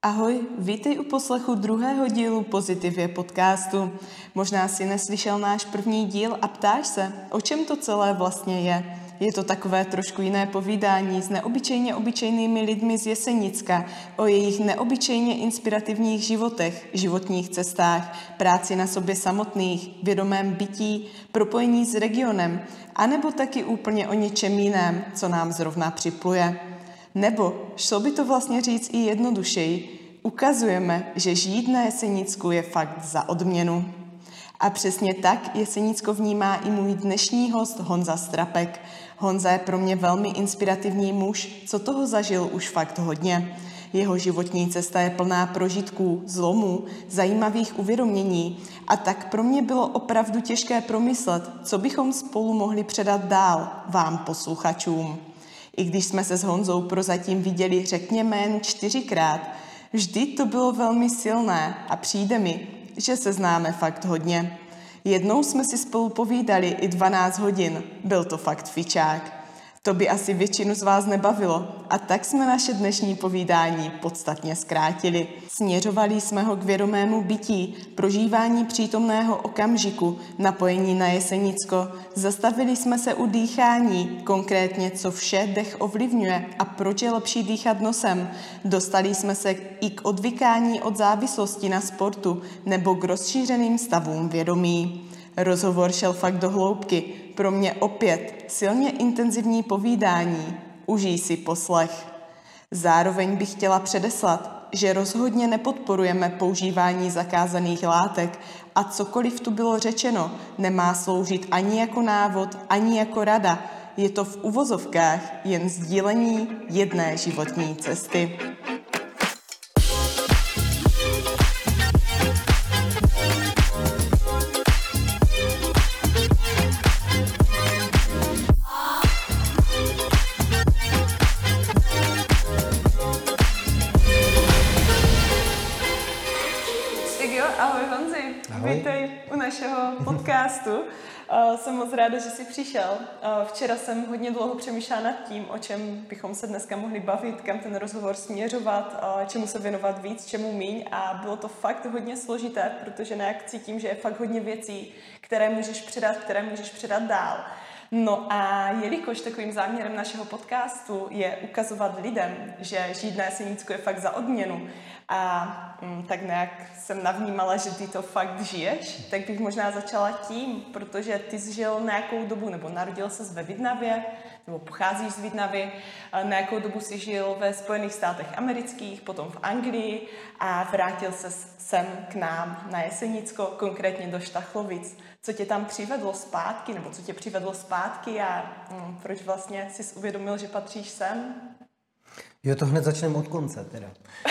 Ahoj, vítej u poslechu druhého dílu Pozitivě podcastu. Možná si neslyšel náš první díl a ptáš se, o čem to celé vlastně je. Je to takové trošku jiné povídání s neobyčejně obyčejnými lidmi z Jesenicka, o jejich neobyčejně inspirativních životech, životních cestách, práci na sobě samotných, vědomém bytí, propojení s regionem, anebo taky úplně o něčem jiném, co nám zrovna připluje. Nebo, šlo by to vlastně říct i jednodušeji, ukazujeme, že žít na Jesenicku je fakt za odměnu. A přesně tak Jesenicko vnímá i můj dnešní host Honza Strapek. Honza je pro mě velmi inspirativní muž, co toho zažil už fakt hodně. Jeho životní cesta je plná prožitků, zlomů, zajímavých uvědomění a tak pro mě bylo opravdu těžké promyslet, co bychom spolu mohli předat dál vám posluchačům. I když jsme se s Honzou prozatím viděli řekněme jen 4krát, vždy to bylo velmi silné a přijde mi, že se známe fakt hodně. Jednou jsme si spolu povídali i 12 hodin, byl to fakt fičák. To by asi většinu z vás nebavilo a tak jsme naše dnešní povídání podstatně zkrátili. Směřovali jsme ho k vědomému bytí, prožívání přítomného okamžiku, napojení na Jesenicko. Zastavili jsme se u dýchání, konkrétně co vše dech ovlivňuje a proč je lepší dýchat nosem. Dostali jsme se i k odvykání od závislosti na sportu nebo k rozšířeným stavům vědomí. Rozhovor šel fakt do hloubky. Pro mě opět silně intenzivní povídání. Užij si poslech. Zároveň bych chtěla předeslat, že rozhodně nepodporujeme používání zakázaných látek a cokoliv tu bylo řečeno, nemá sloužit ani jako návod, ani jako rada. Je to v uvozovkách jen sdílení jedné životní cesty. Vítej u našeho podcastu. Jsem moc ráda, že jsi přišel. Včera jsem hodně dlouho přemýšlela nad tím, o čem bychom se dneska mohli bavit, kam ten rozhovor směřovat, čemu se věnovat víc, čemu míň a bylo to fakt hodně složité, protože nějak cítím, že je fakt hodně věcí, které můžeš předat dál. No a jelikož takovým záměrem našeho podcastu je ukazovat lidem, že žít na Jesenicku je fakt za odměnu a tak nějak jsem navnímala, že ty to fakt žiješ, tak bych možná začala tím, protože ty jsi žil nějakou dobu, nebo narodil ses ve Vidnavě, nebo pocházíš z Vidnavy, nějakou dobu jsi žil ve Spojených státech amerických, potom v Anglii a vrátil ses sem k nám na Jesenicko, konkrétně do Štachlovic. Co tě tam přivedlo zpátky, nebo co tě přivedlo zpátky a proč vlastně jsi uvědomil, že patříš sem? Jo, to hned začneme od konce teda.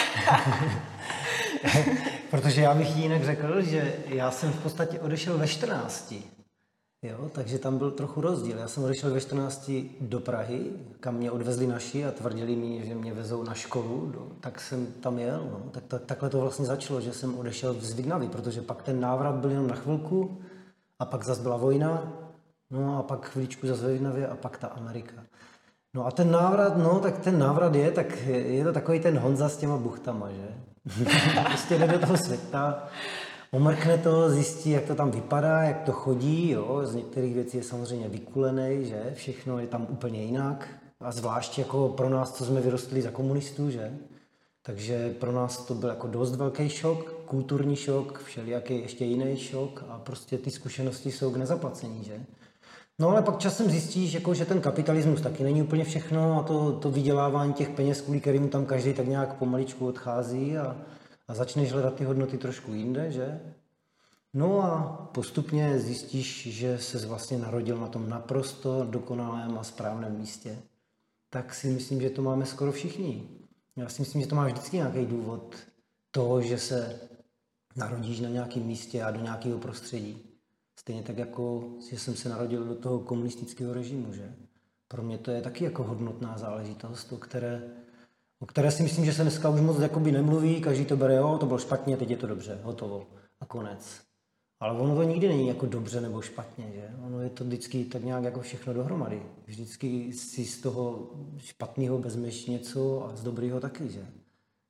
Protože já bych jinak řekl, že já jsem v podstatě odešel ve 14. Jo, takže tam byl trochu rozdíl. Já jsem odešel ve 14 do Prahy, kam mě odvezli naši a tvrdili mi, že mě vezou na školu, tak jsem tam jel. No. Takhle to vlastně začalo, že jsem odešel z Vidnavy, protože pak ten návrat byl jenom na chvilku a pak zase byla vojna, no a pak chvíličku zase ve Vidnavě a pak ta Amerika. No a ten návrat je to takový ten Honza s těma buchtama, že? Prostě jde do toho světa, omrkne to, zjistí, jak to tam vypadá, jak to chodí, jo? Z některých věcí je samozřejmě vykulenej, že? Všechno je tam úplně jinak a zvlášť jako pro nás, co jsme vyrostli za komunistů, že? Takže pro nás to byl jako dost velký šok, kulturní šok, všelijaký ještě jiný šok a prostě ty zkušenosti jsou k nezaplacení, že? No ale pak časem zjistíš, jako, že ten kapitalismus taky není úplně všechno a to vydělávání těch peněz, kvůli kterým tam každý tak nějak pomaličku odchází a začneš hledat ty hodnoty trošku jinde, že? No a postupně zjistíš, že ses vlastně narodil na tom naprosto dokonalém a správném místě. Tak si myslím, že to máme skoro všichni. Já si myslím, že to má vždycky nějaký důvod toho, že se narodíš na nějakém místě a do nějakého prostředí. Stejně tak jako, že jsem se narodil do toho komunistického režimu, že? Pro mě to je taky jako hodnotná záležitost, o které si myslím, že se dneska už moc jakoby nemluví, každý to bere, jo, to bylo špatně, teď je to dobře, hotovo a konec. Ale ono to nikdy není jako dobře nebo špatně, že? Ono je to vždycky tak nějak jako všechno dohromady. Vždycky si z toho špatného vezmeš něco a z dobrýho taky, že?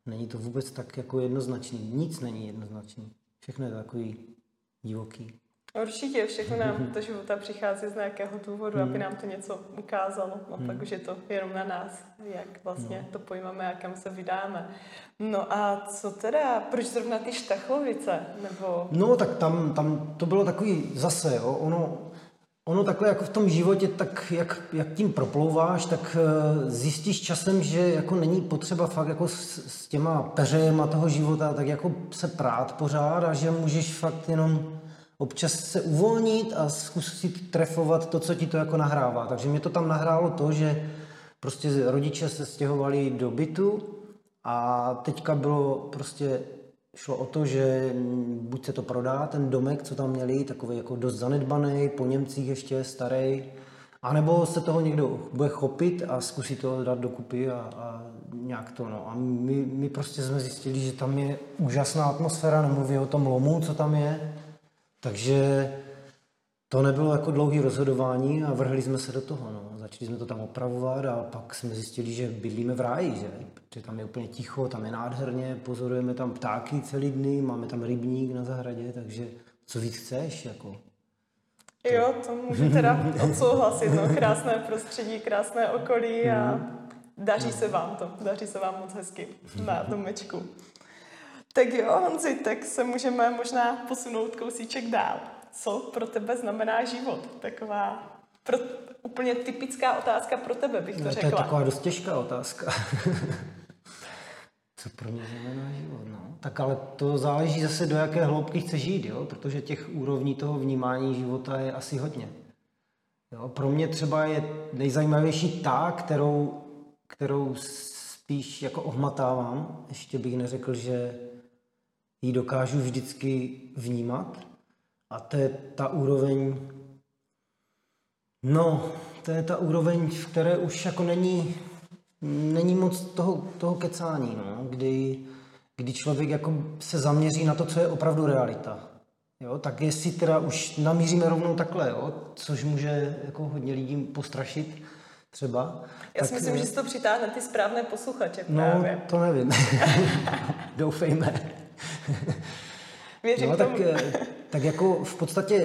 Není to vůbec tak jako jednoznačný. Nic není jednoznačný. Všechno je takový divoký. Určitě, všechno nám do života přichází z nějakého důvodu, aby nám to něco ukázalo. No pak už je to jenom na nás, jak vlastně to pojmeme a kam se vydáme. No a co teda, proč zrovna ty Štachlovice? Nebo... No tak tam to bylo takový zase, jo, ono takhle jako v tom životě, tak jak tím proplouváš, tak zjistíš časem, že jako není potřeba fakt jako s těma peřejema toho života tak jako se prát pořád a že můžeš fakt jenom občas se uvolnit a zkusit trefovat to, co ti to jako nahrává. Takže mě to tam nahrálo to, že prostě rodiče se stěhovali do bytu a teďka šlo o to, že buď se to prodá, ten domek, co tam měli, takový jako dost zanedbaný, po Němcích ještě starý, anebo se toho někdo bude chopit a zkusí to dát dokupy a nějak to, no. A my prostě jsme zjistili, že tam je úžasná atmosféra, nemluví o tom lomu, co tam je, takže to nebylo jako dlouhý rozhodování a vrhli jsme se do toho, no. Začali jsme to tam opravovat a pak jsme zjistili, že bydlíme v ráji, že tam je úplně ticho, tam je nádherně, pozorujeme tam ptáky celý dny, máme tam rybník na zahradě, takže co víc chceš, jako. Jo, to můžu teda odsouhlasit, no, krásné prostředí, krásné okolí a daří se vám moc hezky na domečku. Tak jo, Honzi, tak se můžeme možná posunout kousíček dál. Co pro tebe znamená život? Taková úplně typická otázka pro tebe, bych to řekla. To je taková dost těžká otázka. Co pro mě znamená život, no? Tak ale to záleží zase, do jaké hloubky chceš žít, jo? Protože těch úrovní toho vnímání života je asi hodně. Jo? Pro mě třeba je nejzajímavější ta, kterou spíš jako ohmatávám. Ještě bych neřekl, že ji dokážu vždycky vnímat. A to je ta úroveň, to je ta úroveň, v které už jako není moc toho kecání, no, kdy člověk jako se zaměří na to, co je opravdu realita. Jo, tak jestli teda už namíříme rovnou takhle, jo, což může jako hodně lidí postrašit třeba. Já si myslím, že si to přitáhne ty správné posluchače právě. No, to nevím. Doufejme. Věřím tomu. Tak jako v podstatě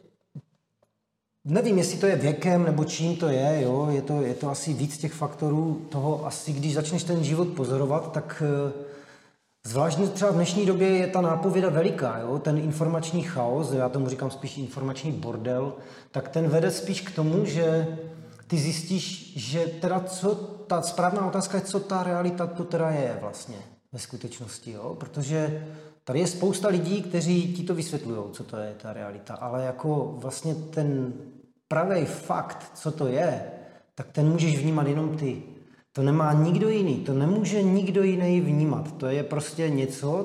nevím, jestli to je věkem nebo čím to je, jo, je to asi víc těch faktorů toho, asi když začneš ten život pozorovat, tak zvláštně třeba v dnešní době je ta nápověda veliká, jo, ten informační chaos, já tomu říkám spíš informační bordel, tak ten vede spíš k tomu, že ty zjistíš, že teda ta správná otázka je, co ta realita to teda je vlastně ve skutečnosti, jo, protože tady je spousta lidí, kteří ti to vysvětlují, co to je ta realita, ale jako vlastně ten pravý fakt, co to je, tak ten můžeš vnímat jenom ty. To nemá nikdo jiný, to nemůže nikdo jiný vnímat. To je prostě něco,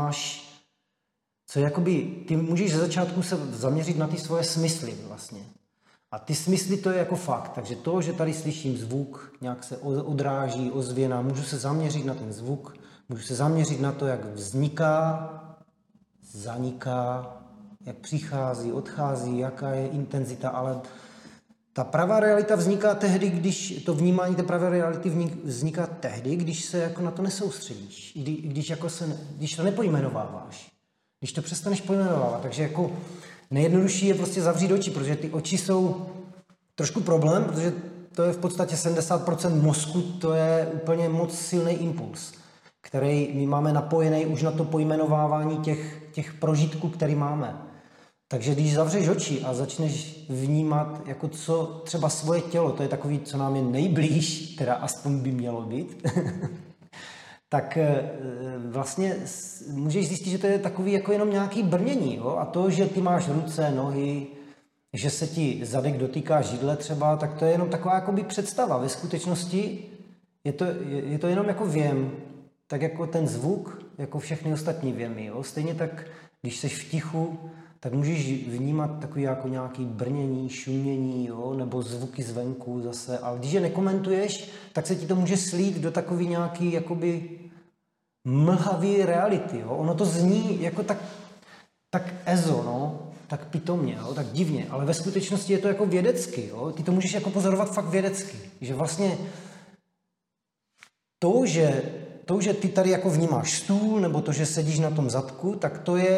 co jakoby, ty můžeš ze začátku se zaměřit na ty svoje smysly vlastně. A ty smysly to je jako fakt, takže to, že tady slyším zvuk, nějak se odráží, ozvěna, můžu se zaměřit na ten zvuk, můžu se zaměřit na to, jak vzniká, zaniká, jak přichází, odchází, jaká je intenzita, ale ta pravá realita vzniká tehdy, když to vnímání té pravé reality vzniká tehdy, když se jako na to nesoustředíš, když to nepojmenováváš, když to přestaneš pojmenovávat. Takže jako nejjednodušší je prostě zavřít oči, protože ty oči jsou trošku problém, protože to je v podstatě 70% mozku, to je úplně moc silný impuls, který my máme napojený už na to pojmenovávání těch prožitků, který máme. Takže když zavřeš oči a začneš vnímat, jako co třeba svoje tělo, to je takový, co nám je nejblíž, teda aspoň by mělo být, tak vlastně můžeš zjistit, že to je takový jako jenom nějaký brnění. Jo? A to, že ty máš ruce, nohy, že se ti zadek dotýká židle třeba, tak to je jenom taková jakoby představa. Ve skutečnosti je to jenom jako věm, tak jako ten zvuk, jako všechny ostatní věmy. Jo? Stejně tak, když jsi v tichu, tak můžeš vnímat takový jako nějaký brnění, šumění, jo? Nebo zvuky zvenku zase. Ale když je nekomentuješ, tak se ti to může slít do takový nějaký jakoby mlhavý reality. Jo? Ono to zní jako tak ezo, no? Tak pitomně, jo? Tak divně, ale ve skutečnosti je to jako vědecky. Jo? Ty to můžeš jako pozorovat fakt vědecky. Že vlastně to, že to, že ty tady jako vnímáš stůl, nebo to, že sedíš na tom zadku, tak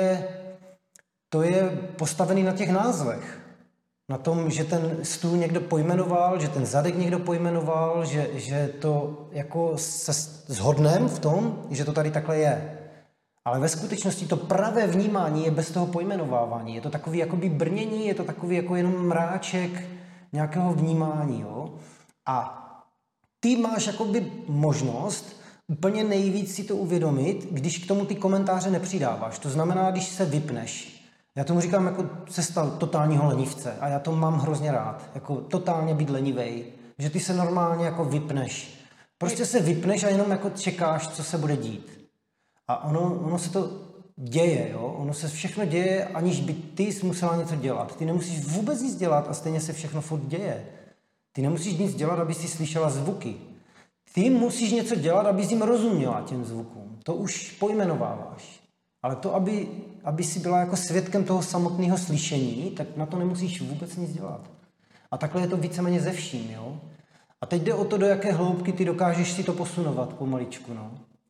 to je postavený na těch názvech. Na tom, že ten stůl někdo pojmenoval, že ten zadek někdo pojmenoval, že to jako se shodneme v tom, že to tady takhle je. Ale ve skutečnosti to pravé vnímání je bez toho pojmenovávání. Je to takový jakoby brnění, je to takový jako jenom mráček nějakého vnímání. Jo? A ty máš jakoby možnost úplně nejvíc si to uvědomit, když k tomu ty komentáře nepřidáváš. To znamená, když se vypneš. Já tomu říkám jako cesta totálního lenivce a já to mám hrozně rád. Jako totálně být lenivej. Že ty se normálně jako vypneš. Prostě se vypneš a jenom jako čekáš, co se bude dít. A ono se to děje, jo? Ono se všechno děje, aniž by ty musela něco dělat. Ty nemusíš vůbec nic dělat a stejně se všechno furt děje. Ty nemusíš nic dělat, aby si slyšela zvuky. Ty musíš něco dělat, aby jim rozuměla těm zvukům. To už pojmenováváš. Ale to, aby si byla jako svědkem toho samotného slyšení, tak na to nemusíš vůbec nic dělat. A takhle je to víceméně ze vším, jo? A teď jde o to, do jaké hloubky ty dokážeš si to posunovat pomaličku, no.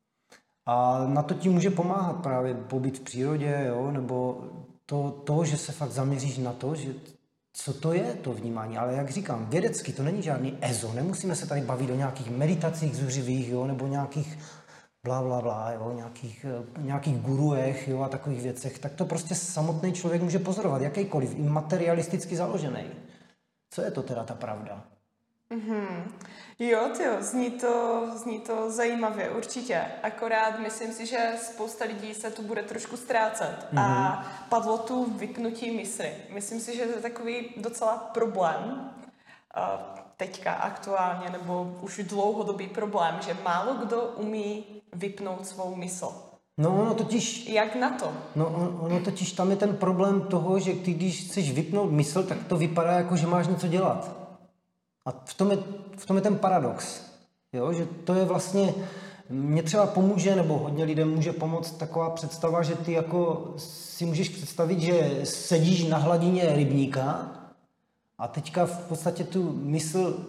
A na to ti může pomáhat právě pobyt v přírodě, jo? Nebo to, že se fakt zaměříš na to, že co to je to vnímání. Ale jak říkám, vědecky to není žádný EZO, nemusíme se tady bavit o nějakých meditacích zuřivých, jo? Nebo nějakých blablabla, jo? Nějakých guruech, jo? A takových věcech. Tak to prostě samotný člověk může pozorovat, jakýkoliv, i materialisticky založený. Co je to teda ta pravda? Mm-hmm. Jo, zní to zajímavě, určitě. Akorát myslím si, že spousta lidí se tu bude trošku ztrácet. Mm-hmm. A padlo tu vypnutí mysli. Myslím si, že to je takový docela problém teďka aktuálně, nebo už dlouhodobý problém, že málo kdo umí vypnout svou mysl. No ono totiž... Jak na to? No ono totiž tam je ten problém toho, že ty, když chceš vypnout mysl, tak to vypadá jako, že máš něco dělat. A v tom je ten paradox, jo? Že to je vlastně, mě třeba pomůže, nebo hodně lidem může pomoct taková představa, že ty jako si můžeš představit, že sedíš na hladině rybníka a teďka v podstatě tu mysl,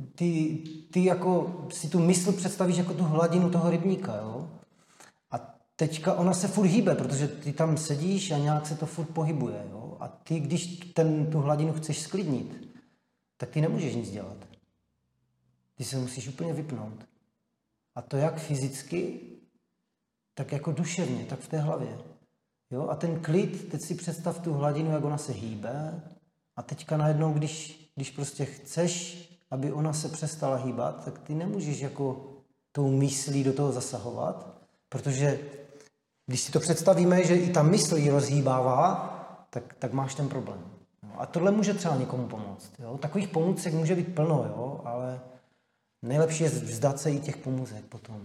ty jako si tu mysl představíš jako tu hladinu toho rybníka, jo? A teďka ona se furt hýbe, protože ty tam sedíš a nějak se to furt pohybuje, jo? A ty, když tu hladinu chceš sklidnit, tak ty nemůžeš nic dělat. Ty se musíš úplně vypnout. A to jak fyzicky, tak jako duševně, tak v té hlavě. Jo? A ten klid, teď si představ tu hladinu, jak ona se hýbe. A teďka najednou, když prostě chceš, aby ona se přestala hýbat, tak ty nemůžeš jako tou myslí do toho zasahovat, protože když si to představíme, že i ta mysl ji rozhýbává, tak máš ten problém. A tohle může třeba někomu pomoct. Jo? Takových pomůcek může být plno, jo? Ale nejlepší je vzdát se i těch pomůcek potom.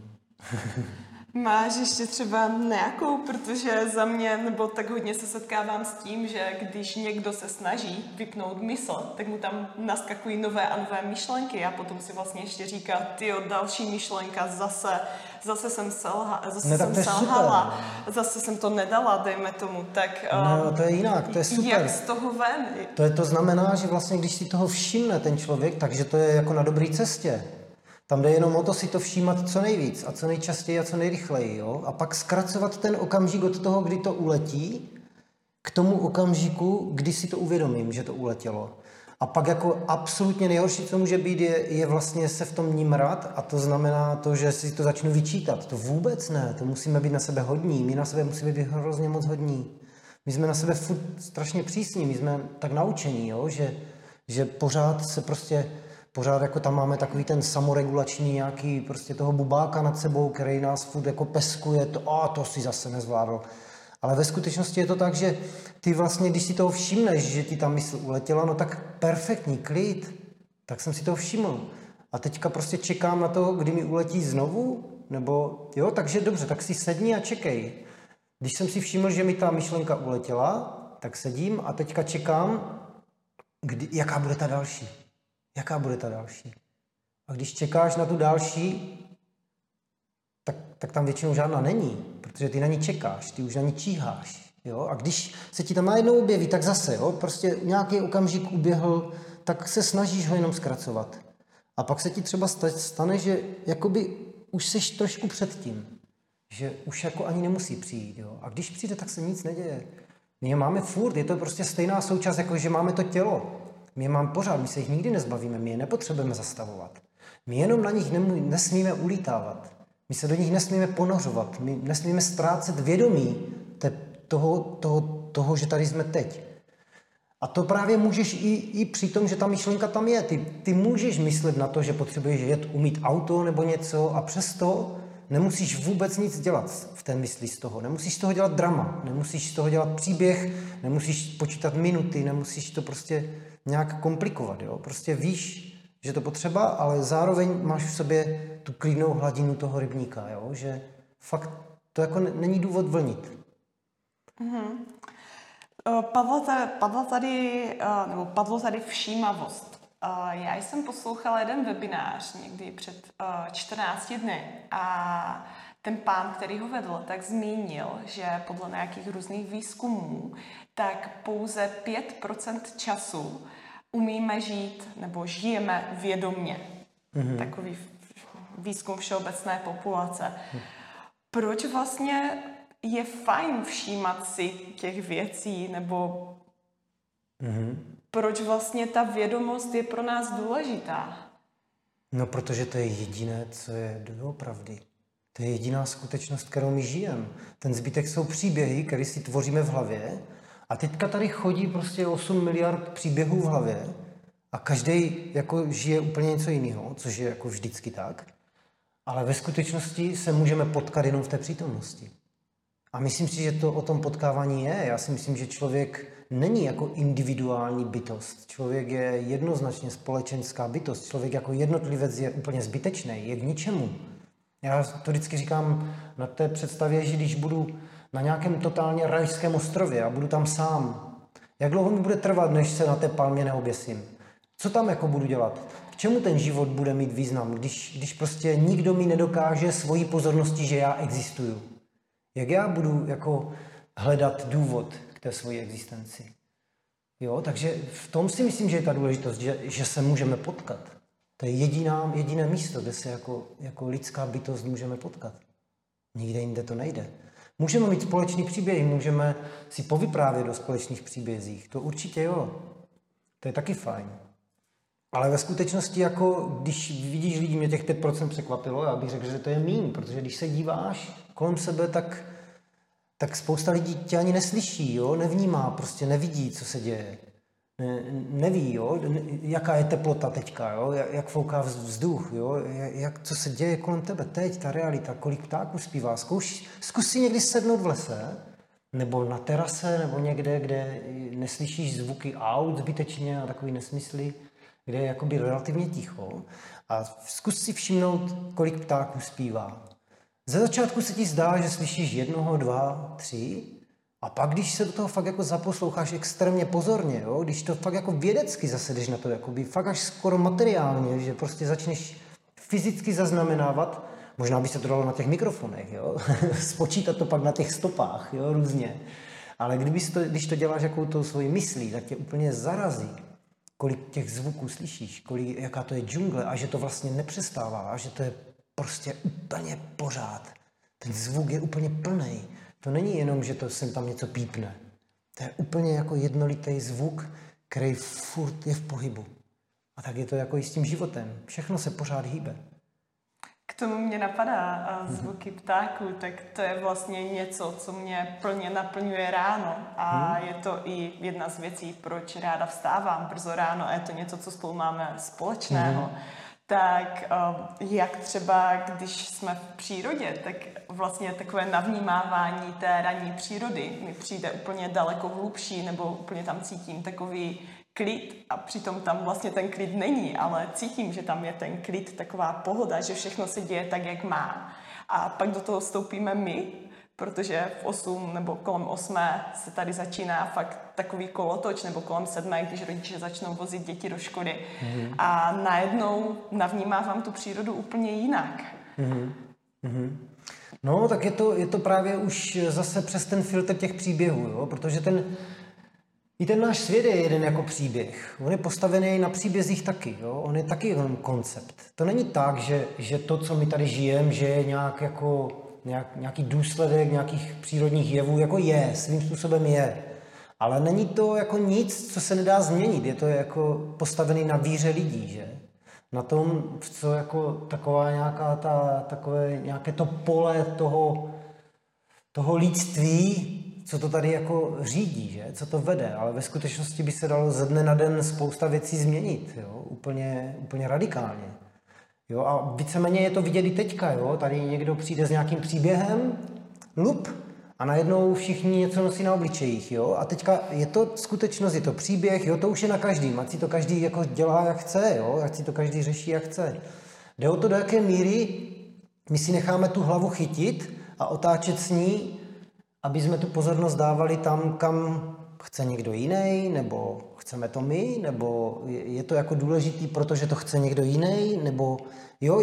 Máš ještě třeba nějakou, protože za mě, nebo tak hodně se setkávám s tím, že když někdo se snaží vypnout mysl, tak mu tam naskakují nové a nové myšlenky a potom si vlastně ještě říká, tyjo, další myšlenka, zase jsem selhala, zase jsem to nedala, dejme tomu, tak... No, to je jinak, to je super. Jak z toho ven? To znamená, že vlastně, když si toho všimne ten člověk, takže to je jako na dobré cestě. Tam jde jenom o to si to všímat co nejvíc a co nejčastěji a co nejrychleji. Jo? A pak zkracovat ten okamžik od toho, kdy to uletí, k tomu okamžiku, kdy si to uvědomím, že to uletělo. A pak jako absolutně nejhorší, co může být, je vlastně se v tom nímrat a to znamená to, že si to začnu vyčítat. To vůbec ne, to musíme být na sebe hodní, my na sebe musíme být hrozně moc hodní. My jsme na sebe furt strašně přísní, my jsme tak naučení, jo? Že pořád jako tam máme takový ten samoregulační nějaký prostě toho bubáka nad sebou, který nás furt jako peskuje, to si zase nezvládl. Ale ve skutečnosti je to tak, že ty vlastně, když si toho všimneš, že ti ta mysl uletěla, no tak perfektní, klid, tak jsem si toho všiml. A teďka prostě čekám na to, kdy mi uletí znovu, nebo jo, takže dobře, tak si sedni a čekej. Když jsem si všiml, že mi ta myšlenka uletěla, tak sedím a teďka čekám, jaká bude ta další. Jaká bude ta další? A když čekáš na tu další, tak tam většinou žádná není, protože ty na ní čekáš, ty už na ní číháš. Jo? A když se ti tam najednou objeví, tak zase, jo? Prostě nějaký okamžik uběhl, tak se snažíš ho jenom zkracovat. A pak se ti třeba stane, že jakoby už seš trošku před tím, že už jako ani nemusí přijít, jo. A když přijde, tak se nic neděje. My je máme furt, je to prostě stejná součást, jako že máme to tělo. My je máme pořád, my se jich nikdy nezbavíme, my je nepotřebujeme zastavovat. My jenom na nich nesmíme ulítávat. My se do nich nesmíme ponořovat, my nesmíme ztrácet vědomí toho, že tady jsme teď. A to právě můžeš i při tom, že ta myšlenka tam je. Ty můžeš myslet na to, že potřebuješ umýt auto nebo něco a přesto nemusíš vůbec nic dělat v té mysli z toho. Nemusíš z toho dělat drama, nemusíš z toho dělat příběh, nemusíš počítat minuty, nemusíš to prostě nějak komplikovat. Jo? Prostě víš, že to potřeba, ale zároveň máš v sobě tu klidnou hladinu toho rybníka, jo? Že fakt to jako není důvod vlnit. Mm-hmm. Padlo tady všímavost. Já jsem poslouchala jeden webinář někdy před 14 dny a ten pán, který ho vedl, tak zmínil, že podle nějakých různých výzkumů, tak pouze 5% času umíme žít nebo žijeme vědomně. Mm-hmm. Takový výzkum všeobecné populace. Proč vlastně je fajn všímat si těch věcí, nebo proč vlastně ta vědomost je pro nás důležitá? No, protože to je jediné, co je doopravdy. To je jediná skutečnost, kterou my žijeme. Ten zbytek jsou příběhy, které si tvoříme v hlavě. A teďka tady chodí prostě 8 miliard příběhů v hlavě a každý jako žije úplně něco jiného, což je jako vždycky tak. Ale ve skutečnosti se můžeme potkat jenom v té přítomnosti. A myslím si, že to o tom potkávání je. Já si myslím, že člověk není jako individuální bytost. Člověk je jednoznačně společenská bytost. Člověk jako jednotlivec je úplně zbytečný, je k ničemu. Já to vždycky říkám na té představě, že když budu na nějakém totálně rajském ostrově a budu tam sám, jak dlouho mi bude trvat, než se na té palmě neoběsím? Co tam jako budu dělat? K čemu ten život bude mít význam, když prostě nikdo mi nedokáže svojí pozornosti, že já existuju? Jak já budu jako hledat důvod k té svojí existenci? Jo, takže v tom si myslím, že je ta důležitost, že se můžeme potkat. To je jediné místo, kde se jako lidská bytost můžeme potkat. Nikde jinde to nejde. Můžeme mít společný příběh, můžeme si povyprávět o společných příbězích. To určitě jo. To je taky fajn. Ale ve skutečnosti, jako když vidíš lidi, mě těch 5% překvapilo, já bych řekl, že to je míň, protože když se díváš kolem sebe, tak spousta lidí tě ani neslyší, jo? Nevnímá, prostě nevidí, co se děje. Neví, jo? Jaká je teplota teďka, jo? Jak fouká vzduch, jo? Co se děje kolem tebe teď, ta realita, kolik ptáků zpívá. Zkus si někdy sednout v lese, nebo na terase, nebo někde, kde neslyšíš zvuky aut zbytečně a takový nesmysly, kde je jakoby relativně ticho, a zkus si všimnout, kolik ptáků zpívá. Ze začátku se ti zdá, že slyšíš 1, 2, 3, a pak, když se do toho fakt jako zaposloucháš extrémně pozorně, jo? Když to fakt jako vědecky zase jdeš na to, jakoby fakt až skoro materiálně, že prostě začneš fyzicky zaznamenávat, možná by se to dalo na těch mikrofonech, jo? Spočítat to pak na těch stopách, jo? Různě. Ale když to děláš jakou tou svojí myslí, tak tě úplně zarazí, kolik těch zvuků slyšíš, jaká to je džungle a že to vlastně nepřestává a že to je prostě úplně pořád. Ten zvuk je úplně plnej. To není jenom, že to sem tam něco pípne. To je úplně jako jednolitý zvuk, který furt je v pohybu. A tak je to jako i s tím životem. Všechno se pořád hýbe. K tomu mě napadá zvuky ptáků, tak to je vlastně něco, co mě plně naplňuje ráno. A je to i jedna z věcí, proč ráda vstávám brzo ráno a je to něco, co spolu máme společného. Tak jak třeba, když jsme v přírodě, tak vlastně takové navnímávání té ranní přírody mi přijde úplně daleko hlubší, nebo úplně tam cítím takový klid a přitom tam vlastně ten klid není, ale cítím, že tam je ten klid, taková pohoda, že všechno se děje tak, jak má. A pak do toho vstoupíme my, protože v 8 nebo kolem 8 se tady začíná fakt takový kolotoč, nebo kolem 7, když rodiče začnou vozit děti do školy. A najednou navnímávám tu přírodu úplně jinak. No, tak je to právě už zase přes ten filtr těch příběhů, jo? Protože I ten náš svět je jeden jako příběh. On je postavený na příbězích taky. Jo? On je taky jenom koncept. To není tak, že to, co my tady žijeme, že je nějaký důsledek nějakých přírodních jevů, jako je, svým způsobem je. Ale není to jako nic, co se nedá změnit. Je to jako postavený na víře lidí, že? Na tom, co jako taková nějaké to pole toho lidství, co to tady jako řídí, že? Co to vede, ale ve skutečnosti by se dalo ze dne na den spousta věcí změnit, jo? Úplně radikálně. Jo? A víceméně je to vidět i teďka, jo? Tady někdo přijde s nějakým příběhem, a najednou všichni něco nosí na obličejích, jo? A teďka je to skutečnost, je to příběh, jo? To už je na každým, ať si to každý jako dělá, jak chce, jo? Ať si to každý řeší, jak chce. Jde o to, do jaké míry my si necháme tu hlavu chytit a otáčet s ní, aby jsme tu pozornost dávali tam, kam chce někdo jiný, nebo chceme to my, nebo je to jako důležitý, protože to chce někdo jiný, nebo jo,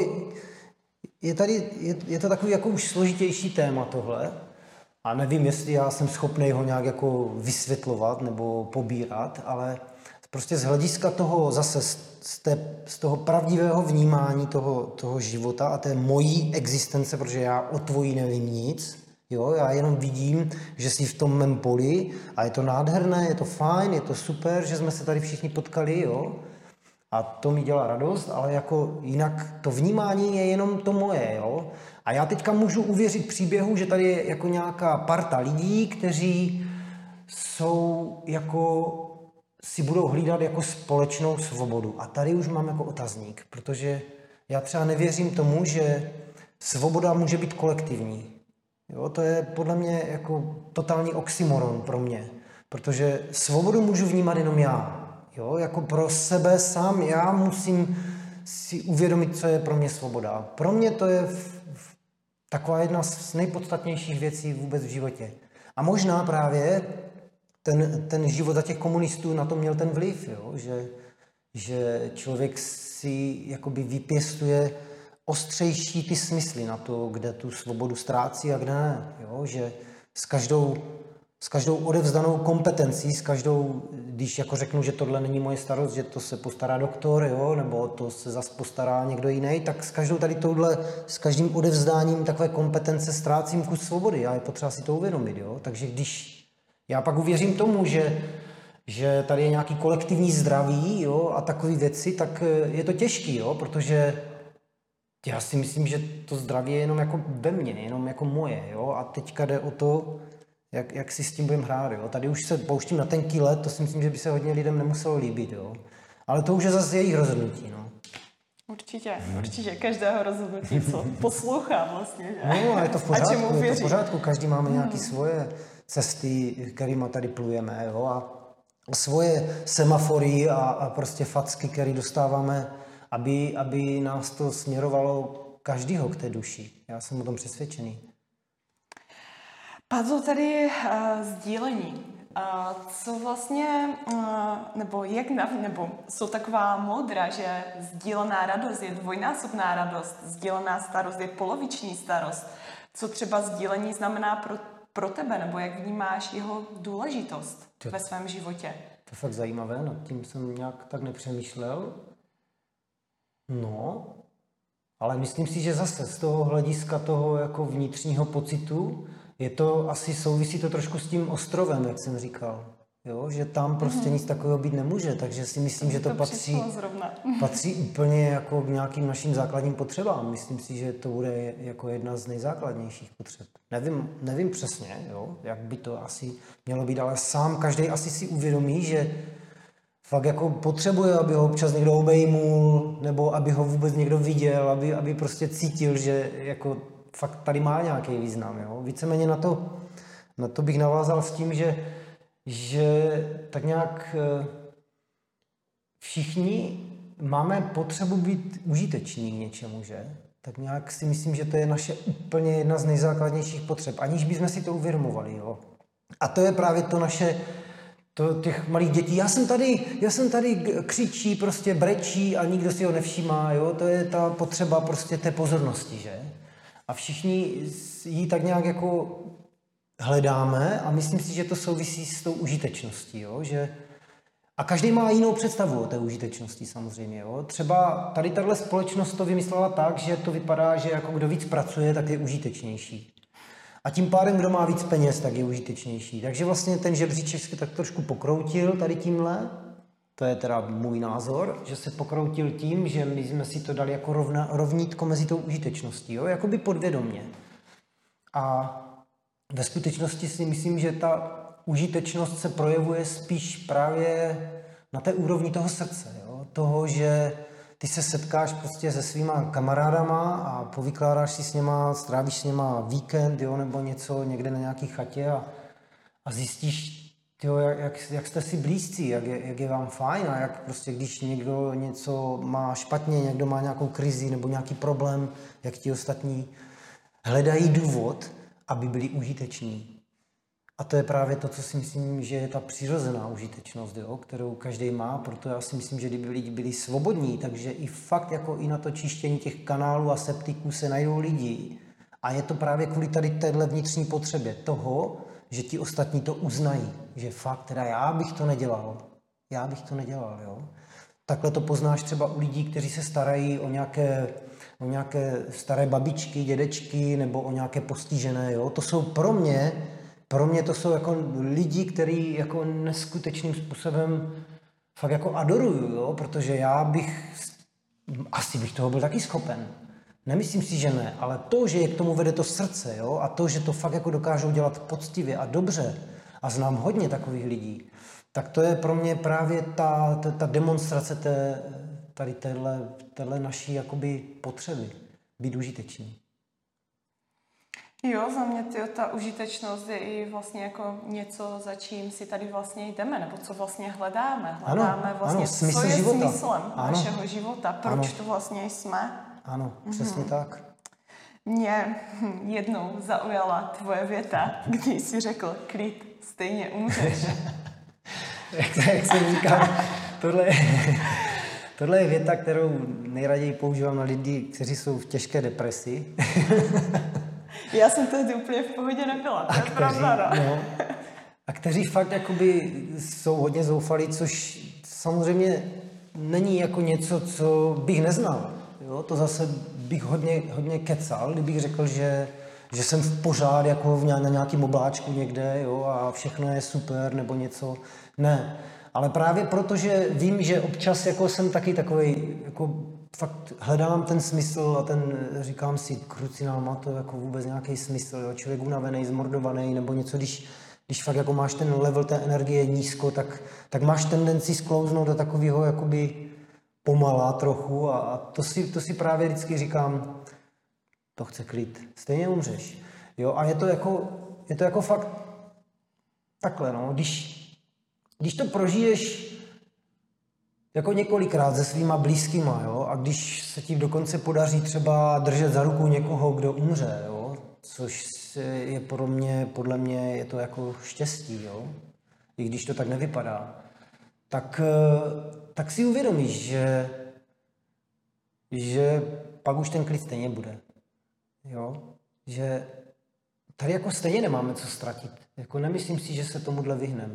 je to takový jako už složitější téma tohle a nevím, jestli já jsem schopný ho nějak jako vysvětlovat nebo pobírat, ale prostě z hlediska toho zase z toho pravdivého vnímání toho života a té mojí existence, protože já o tvojí nevím nic, jo, já jenom vidím, že jsi v tom mém poli a je to nádherné, je to fajn, je to super, že jsme se tady všichni potkali, jo. A to mi dělá radost, ale jako jinak to vnímání je jenom to moje, jo. A já teďka můžu uvěřit příběhu, že tady je jako nějaká parta lidí, kteří jsou jako si budou hlídat jako společnou svobodu. A tady už mám jako otazník, protože já třeba nevěřím tomu, že svoboda může být kolektivní. Jo, to je podle mě jako totální oxymoron pro mě, protože svobodu můžu vnímat jenom já. Jo, jako pro sebe sám já musím si uvědomit, co je pro mě svoboda. Pro mě to je taková jedna z nejpodstatnějších věcí vůbec v životě. A možná právě ten život za těch komunistů na to měl ten vliv, jo? Že člověk si jakoby vypěstuje ostřejší ty smysly na to, kde tu svobodu ztrácí a kde ne. Jo? Že s každou odevzdanou kompetencí, když jako řeknu, že tohle není moje starost, že to se postará doktor, jo? Nebo to se zas postará někdo jiný, tak s každým odevzdáním takové kompetence ztrácím kus svobody a je potřeba si to uvědomit. Jo? Takže když já pak uvěřím tomu, že tady je nějaký kolektivní zdraví, jo, a takové věci, tak je to těžký, jo, protože já si myslím, že to zdraví je jenom jako ve mně, jenom jako moje, jo, a teďka jde o to, jak si s tím budeme hrát, jo. Tady už se pouštím na tenký led, to si myslím, že by se hodně lidem nemuselo líbit, jo. Ale to už je zase jejich rozhodnutí, no. Určitě, každého rozhodnutí, co poslouchám vlastně, že? No, a je to v pořádku, každý máme nějaké svoje cesty, kterýma tady plujeme, jo, a svoje semafory a prostě facky, které dostáváme, aby nás to směrovalo každýho k té duši. Já jsem o tom přesvědčený. Padlo tady sdílení. Co vlastně, nebo jsou taková moudra, že sdílená radost je dvojnásobná radost, sdílená starost je poloviční starost. Co třeba sdílení znamená pro tebe, nebo jak vnímáš jeho důležitost ve svém životě? To je fakt zajímavé, nad tím jsem nějak tak nepřemýšlel. No, ale myslím si, že zase z toho hlediska toho jako vnitřního pocitu je to asi souvisí to trošku s tím ostrovem, jak jsem říkal. Jo, že tam prostě nic takového být nemůže, takže si myslím, že to patří úplně jako k nějakým našim základním potřebám. Myslím si, že to bude jako jedna z nejzákladnějších potřeb. Nevím přesně, jo, jak by to asi mělo být, ale sám každý asi si uvědomí, že fakt jako potřebuje, aby ho občas někdo obejmul, nebo aby ho vůbec někdo viděl, aby prostě cítil, že jako fakt tady má nějaký význam. Jo. Víceméně na to bych navázal s tím, že tak nějak všichni máme potřebu být užiteční k něčemu, že? Tak nějak si myslím, že to je naše úplně jedna z nejzákladnějších potřeb, aniž bychom si to uvědomovali, jo. A to je právě to naše, těch malých dětí. Já jsem tady křičí, prostě brečí a nikdo si ho nevšímá, jo. To je ta potřeba prostě té pozornosti, že? A všichni ji tak nějak jako hledáme a myslím si, že to souvisí s tou užitečností, jo? Že a každý má jinou představu o té užitečnosti samozřejmě. Jo? Třeba tady tahle společnost to vymyslela tak, že to vypadá, že jako kdo víc pracuje, tak je užitečnější. A tím pádem, kdo má víc peněz, tak je užitečnější. Takže vlastně ten žebříček se tak trošku pokroutil tady tímhle. To je teda můj názor, že se pokroutil tím, že my jsme si to dali jako rovnítko mezi tou užitečností, jo? Jakoby podvědomě. A ve skutečnosti si myslím, že ta užitečnost se projevuje spíš právě na té úrovni toho srdce, jo? Toho, že ty se setkáš prostě se svýma kamarádama a povykládáš si s něma, strávíš s něma víkend, jo? Nebo něco někde na nějaký chatě a zjistíš, jo, jak jste si blízcí, jak je vám fajn a jak prostě, když někdo něco má špatně, někdo má nějakou krizi nebo nějaký problém, jak ti ostatní hledají důvod, aby byli užiteční. A to je právě to, co si myslím, že je ta přirozená užitečnost, jo, kterou každý má, proto já si myslím, že kdyby lidi byli svobodní, takže i fakt jako i na to čištění těch kanálů a septiků se najdou lidi. A je to právě kvůli tady téhle vnitřní potřebě toho, že ti ostatní to uznají, že fakt teda já bych to nedělal, jo. Takhle to poznáš třeba u lidí, kteří se starají o nějaké staré babičky, dědečky nebo o nějaké postižené, jo. To jsou pro mě to jsou jako lidi, kteří jako neskutečným způsobem fakt jako adoruju, jo, protože asi bych toho byl taky schopen. Nemyslím si, že ne, ale to, že je k tomu vede to srdce, jo, a to, že to fakt jako dokážou dělat poctivě a dobře, a znám hodně takových lidí, tak to je pro mě právě ta demonstrace téhle naší jakoby potřeby být užitečný. Jo, za mě ta užitečnost je i vlastně jako něco, za čím si tady vlastně jdeme, nebo co vlastně hledáme. Hledáme vlastně, smysl co je života. smyslem našeho života, proč to vlastně jsme. Ano, přesně tak. Mě jednou zaujala tvoje věta, když jsi řekl, klid, stejně umřeš. jak jsem říkal, tohle je věta, kterou nejraději používám na lidi, kteří jsou v těžké depresi. Já jsem tehdy úplně v pohodě nebyla, to je pravda. No. A kteří fakt jakoby jsou hodně zoufalí, což samozřejmě není jako něco, co bych neznal. Jo? To zase bych hodně kecal, kdybych řekl, že jsem v pořád jako na nějakém obláčku někde, jo, a všechno je super nebo něco. Ne. Ale právě protože vím, že občas jako jsem taky takovej, jako fakt hledám ten smysl a říkám si, krucinál, má to jako vůbec nějaký smysl, jo? Člověk unavený, zmordovaný nebo něco, když fakt jako máš ten level té energie nízko, tak máš tendenci sklouznout do takového jakoby pomalá trochu a to si právě vždycky říkám, to chce klid, stejně umřeš. Jo? A je to jako fakt takhle, no, když to prožiješ jako několikrát se svýma blízkýma, jo, a když se ti dokonce podaří třeba držet za ruku někoho, kdo umře, jo, což je podle mě je to jako štěstí, jo, i když to tak nevypadá, tak si uvědomíš, že pak už ten klid stejně bude, jo, že tady jako stejně nemáme co ztratit, jako nemyslím si, že se tomuhle vyhneme.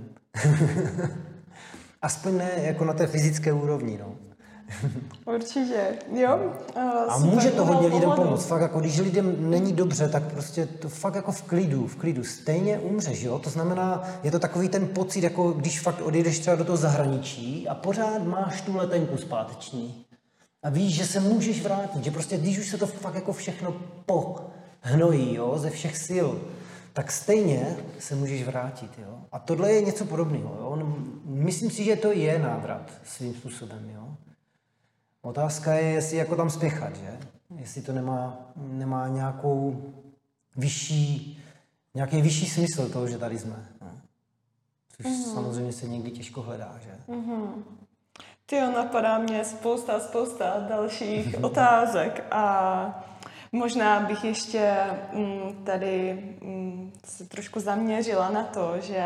Aspoň ne jako na té fyzické úrovni, no. Určitě, jo. A může to hodně lidem pomoct. Fakt jako, když lidem není dobře, tak prostě to fakt jako v klidu. Stejně umřeš, jo. To znamená, je to takový ten pocit, jako když fakt odjedeš třeba do toho zahraničí a pořád máš tu letenku zpáteční. A víš, že se můžeš vrátit, že prostě když už se to fakt jako všechno pohnojí, jo, ze všech sil, tak stejně se můžeš vrátit, jo. A tohle je něco podobného, jo. Myslím si, že to je návrat svým způsobem, jo. Otázka je, jestli jako tam spěchat, že? Jestli to nemá nějaký vyšší smysl toho, že tady jsme. No. Což samozřejmě se někdy těžko hledá, že? Tyjo, napadá mě spousta dalších otázek a možná bych ještě tady se trošku zaměřila na to, že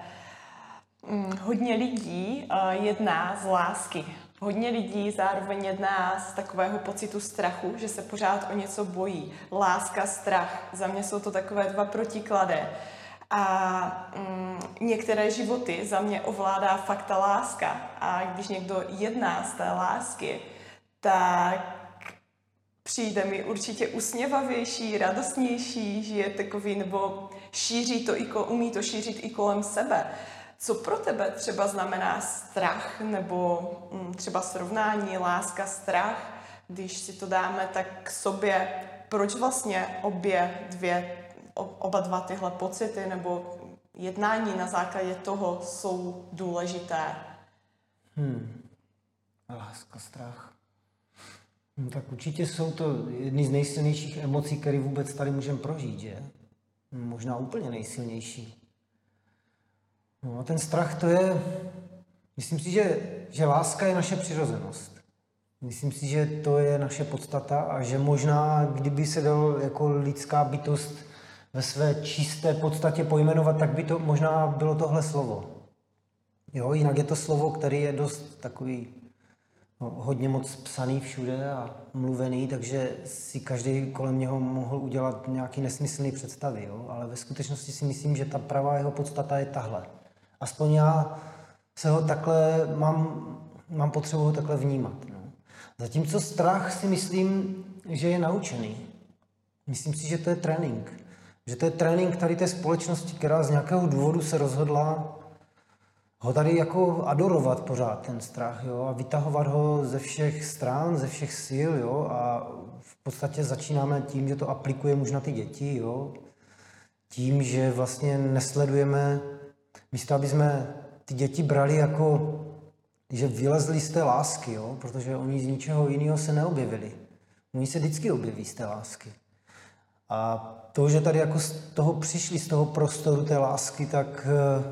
hodně lidí jedná z lásky. Hodně lidí zároveň jedná z takového pocitu strachu, že se pořád o něco bojí. Láska, strach. Za mě jsou to takové dva protiklady. A některé životy za mě ovládá fakt ta láska. A když někdo jedná z té lásky, tak přijde mi určitě usměvavější, radostnější, že je takový, nebo umí to šířit i kolem sebe. Co pro tebe třeba znamená strach, nebo třeba srovnání láska, strach, když si to dáme tak k sobě, proč vlastně oba dva tyhle pocity nebo jednání na základě toho jsou důležité? Láska, strach. Tak určitě jsou to jedny z nejsilnějších emocí, které vůbec tady můžeme prožít, že? Možná úplně nejsilnější. No a ten strach to je, myslím si, že láska je naše přirozenost. Myslím si, že to je naše podstata a že možná, kdyby se dal jako lidská bytost ve své čisté podstatě pojmenovat, tak by to možná bylo tohle slovo. Jo, jinak je to slovo, který je dost takový hodně moc psaný všude a mluvený, takže si každý kolem něho mohl udělat nějaký nesmyslný představy, jo? Ale ve skutečnosti si myslím, že ta pravá jeho podstata je tahle. Aspoň já se ho takhle, mám potřebu ho takhle vnímat. No. Zatímco strach si myslím, že je naučený. Myslím si, že to je trénink. Že to je trénink tady té společnosti, která z nějakého důvodu se rozhodla ho tady jako adorovat pořád ten strach, jo, a vytahovat ho ze všech stran, ze všech sil, jo, a v podstatě začínáme tím, že to aplikujeme už na ty děti, jo, tím, že vlastně nesledujeme, místo aby jsme ty děti brali jako, že vylezli z té lásky, jo, protože oni z ničeho jiného se neobjevili. Oni se vždycky objeví z té lásky. A to, že tady jako z toho přišli, z toho prostoru té lásky, tak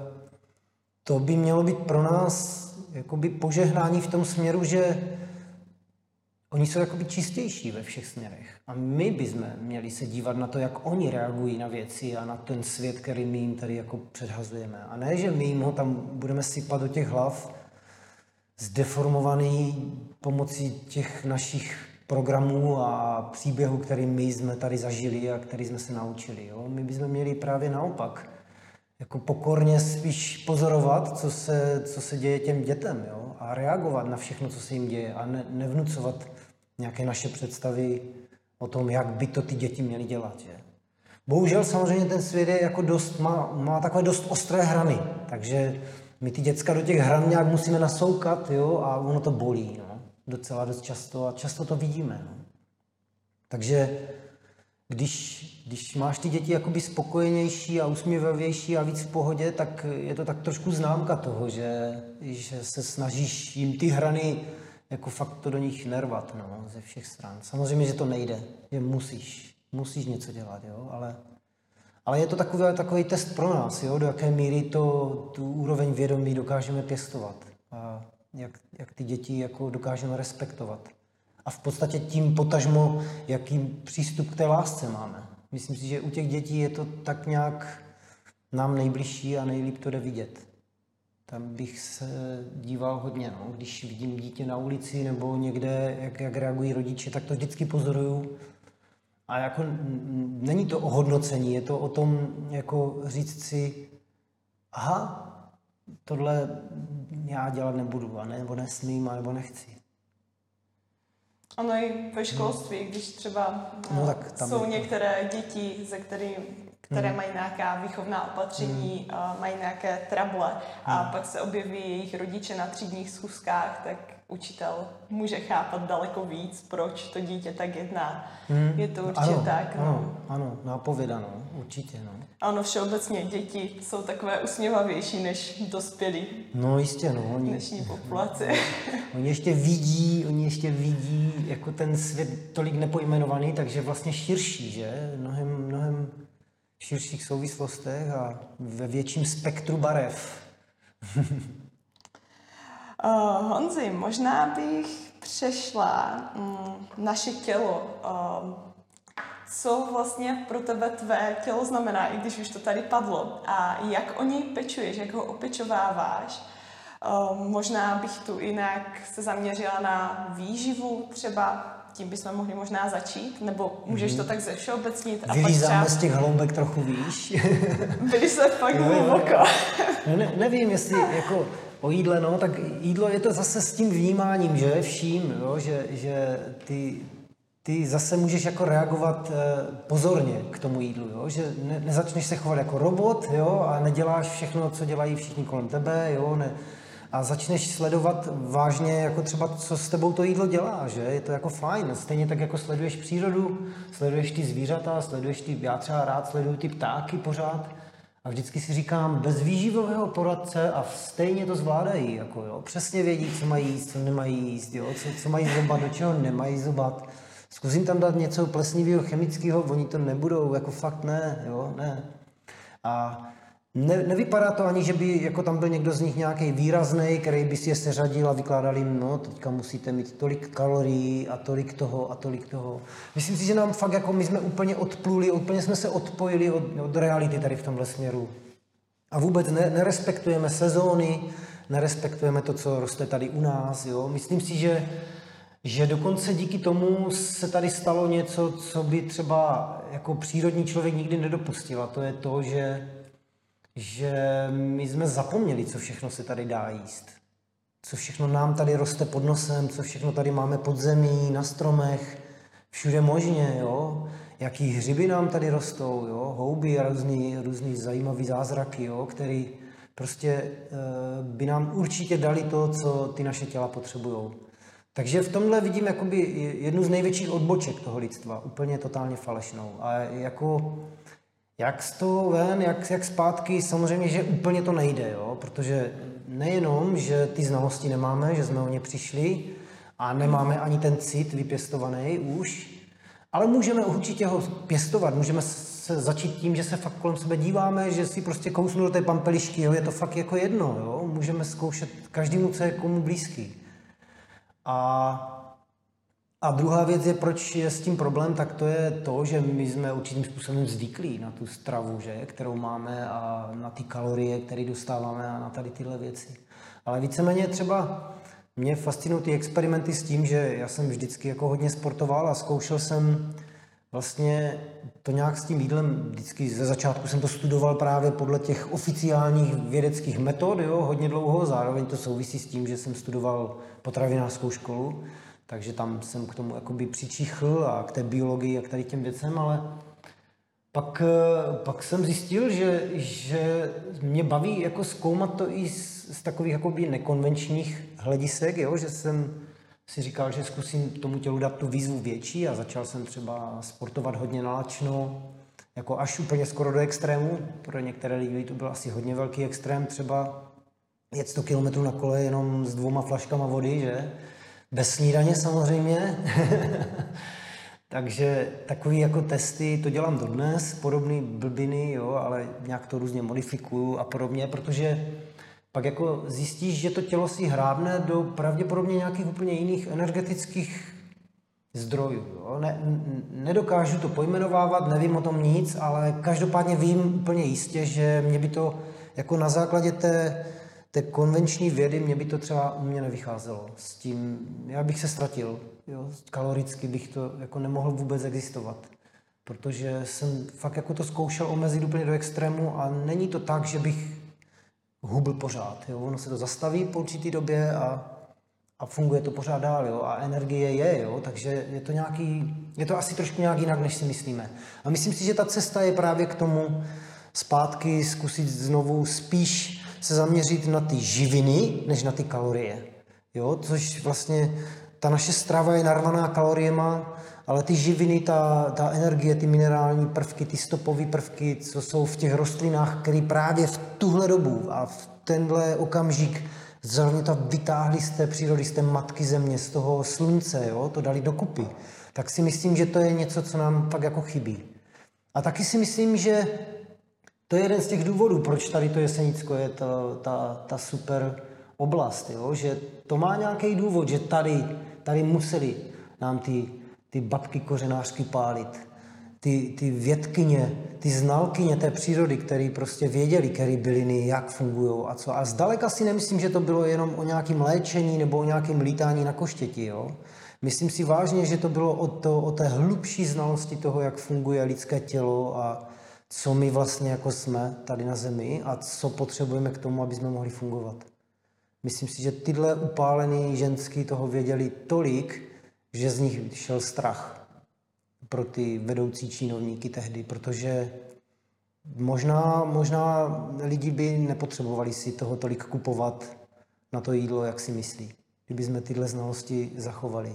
to by mělo být pro nás jakoby požehnání v tom směru, že oni jsou jakoby čistější ve všech směrech. A my bychom měli se dívat na to, jak oni reagují na věci a na ten svět, který my jim tady jako předhazujeme. A ne, že my jim ho tam budeme sypat do těch hlav, zdeformovaný pomocí těch našich programů a příběhů, který my jsme tady zažili a který jsme se naučili. Jo? My bychom měli právě naopak jako pokorně spíš pozorovat, co se děje těm dětem, jo? A reagovat na všechno, co se jim děje a nevnucovat nějaké naše představy o tom, jak by to ty děti měly dělat. Že? Bohužel samozřejmě ten svět je jako má takové dost ostré hrany, takže my ty děcka do těch hran nějak musíme nasoukat, jo? A ono to bolí, no? Docela dost často a často to vidíme. No? Takže když máš ty děti jakoby spokojenější a usměvavější a víc v pohodě, tak je to tak trošku známka toho, že se snažíš jim ty hrany jako fakt to do nich nervat, no, ze všech stran. Samozřejmě, že to nejde, že musíš něco dělat, jo, ale je to takový test pro nás, jo, do jaké míry tu úroveň vědomí dokážeme pěstovat a jak ty děti jako dokážeme respektovat. A v podstatě tím potažmo, jaký přístup k té lásce máme. Myslím si, že u těch dětí je to tak nějak nám nejbližší a nejlíp to jde vidět. Tam bych se díval hodně, no. Když vidím dítě na ulici nebo někde, jak reagují rodiče, tak to vždycky pozoruju. A jako není to o hodnocení, je to o tom jako říct si, aha, tohle já dělat nebudu, a nebo nesmím, a nebo nechci. Ano, i ve školství, když třeba jsou některé děti, které mají nějaká výchovná opatření, mají nějaké trable a pak se objeví jejich rodiče na třídních schůzkách, tak učitel může chápat daleko víc, proč to dítě tak jedná. Je to určitě tak. No. Ano, nápověda, určitě. No. Ano, všeobecně děti jsou takové usměvavější než dospělí. No jistě, no. Dnešní populaci. Oni ještě vidí jako ten svět tolik nepojmenovaný, takže vlastně širší, že? Mnohem širších souvislostech a ve větším spektru barev. Honzi, možná bych přešla naše tělo. Co vlastně pro tebe tvé tělo znamená, i když už to tady padlo, a jak o něj pečuješ, jak ho opečováváš. Možná bych tu jinak se zaměřila na výživu třeba tím bychom mohli možná začít, nebo můžeš to tak zevšeobecnit a vylízáme z těch hloubek trochu výš. Byli se fakt hluboko. Nevím, jestli jako o jídle, no, tak jídlo je to zase s tím vnímáním, že vším, jo, že ty zase můžeš jako reagovat pozorně k tomu jídlu, jo, že nezačneš se chovat jako robot, jo, a neděláš všechno, co dělají všichni kolem tebe, jo, a začneš sledovat vážně, jako třeba, co s tebou to jídlo dělá, že je to jako fajn, stejně tak jako sleduješ přírodu, sleduješ ty zvířata, já třeba rád sleduju ty ptáky pořád, a vždycky si říkám, bez výživového poradce a stejně to zvládají, jako jo, přesně vědí, co mají jíst, co nemají jíst, jo, co mají zobat, do čeho nemají zobat. Zkusím tam dát něco plesnivého, chemického, oni to nebudou, jako fakt ne, jo, ne. A nevypadá to ani, že by jako tam byl někdo z nich nějaký výrazný, který by si je seřadil a vykládal jim, no, teďka musíte mít tolik kalorií a tolik toho a tolik toho. Myslím si, že nám fakt jako my jsme úplně odpluli, úplně jsme se odpojili od reality tady v tomhle směru. A vůbec nerespektujeme sezóny, nerespektujeme to, co roste tady u nás, jo. Myslím si, že dokonce díky tomu se tady stalo něco, co by třeba jako přírodní člověk nikdy nedopustil. A to je to, že my jsme zapomněli, co všechno se tady dá jíst. Co všechno nám tady roste pod nosem, co všechno tady máme pod zemí, na stromech, všude možně, jo. Jaký hřiby nám tady rostou, jo. Houby a různý zajímavý zázraky, jo, který prostě by nám určitě dali to, co ty naše těla potřebujou. Takže v tomhle vidím jakoby jednu z největších odboček toho lidstva, úplně totálně falešnou. A jako jak z toho ven, jak zpátky, samozřejmě, že úplně to nejde, jo? Protože nejenom, že ty znalosti nemáme, že jsme o ně přišli a nemáme ani ten cit vypěstovaný už, ale můžeme určitě ho pěstovat, můžeme se začít tím, že se fakt kolem sebe díváme, že si prostě kousnu do té pampelišky, jo? Je to fakt jako jedno, jo? Můžeme zkoušet každému, co je komu blízký. A druhá věc je, proč je s tím problém, tak to je to, že my jsme určitým způsobem zvyklí na tu stravu, že, kterou máme a na ty kalorie, které dostáváme a na tady tyhle věci. Ale víceméně třeba mě fascinují ty experimenty s tím, že já jsem vždycky jako hodně sportoval a zkoušel jsem vlastně to nějak s tím jídlem, vždycky ze začátku jsem to studoval právě podle těch oficiálních vědeckých metod, jo, hodně dlouho, zároveň to souvisí s tím, že jsem studoval potravinářskou školu, takže tam jsem k tomu jakoby přičichl a k té biologii a k tady těm věcem, ale pak jsem zjistil, že mě baví jako zkoumat to i z takových jakoby nekonvenčních hledisek, jo, že jsem si říkal, že zkusím tomu tělu dát tu výzvu větší a začal jsem třeba sportovat hodně nalačno, jako až úplně skoro do extrému. Pro některé lidi to byl asi hodně velký extrém, třeba jet 100 km na kole jenom s 2 flaškama vody, že? Bez snídaně samozřejmě. Takže takový jako testy, to dělám dodnes, podobný blbiny, jo, ale nějak to různě modifikuju a podobně, protože pak jako zjistíš, že to tělo si hrábne do pravděpodobně nějakých úplně jiných energetických zdrojů. Jo. Nedokážu to pojmenovávat, nevím o tom nic, ale každopádně vím úplně jistě, že mě by to jako na základě té konvenční vědy, mě by to třeba u mě nevycházelo. S tím, já bych se ztratil, jo. Kaloricky bych to jako nemohl vůbec existovat. Protože jsem fakt jako to zkoušel omezit úplně do extrému a není to tak, že bych hubl pořád. Jo. Ono se to zastaví po určitý době a funguje to pořád dál. Jo. A energie je, jo. Takže je to asi trošku nějak jinak, než si myslíme. A myslím si, že ta cesta je právě k tomu zpátky zkusit znovu spíš se zaměřit na ty živiny, než na ty kalorie. Jo. Což vlastně ta naše strava je narvaná kaloriema, ale ty živiny, ta energie, ty minerální prvky, ty stopové prvky, co jsou v těch rostlinách, které právě v tuhle dobu a v tenhle okamžik zrovna to vytáhli z té přírody, z té matky země, z toho slunce, jo, to dali dokupy, tak si myslím, že to je něco, co nám fakt jako chybí. A taky si myslím, že to je jeden z těch důvodů, proč tady to Jesenicko je ta super oblast, jo, že to má nějaký důvod, že tady museli nám ty babky kořenářky pálit, ty vědkyně, ty znalkyně té přírody, které prostě věděli, které byliny, jak fungují a co. A zdaleka si nemyslím, že to bylo jenom o nějakém léčení nebo o nějakém lítání na koštěti. Jo? Myslím si vážně, že to bylo o té hlubší znalosti toho, jak funguje lidské tělo a co my vlastně jako jsme tady na zemi a co potřebujeme k tomu, aby jsme mohli fungovat. Myslím si, že tyhle upálený ženský toho věděli tolik, že z nich šel strach pro ty vedoucí činovníky tehdy, protože možná lidi by nepotřebovali si toho tolik kupovat na to jídlo, jak si myslí, kdyby jsme tyhle znalosti zachovali.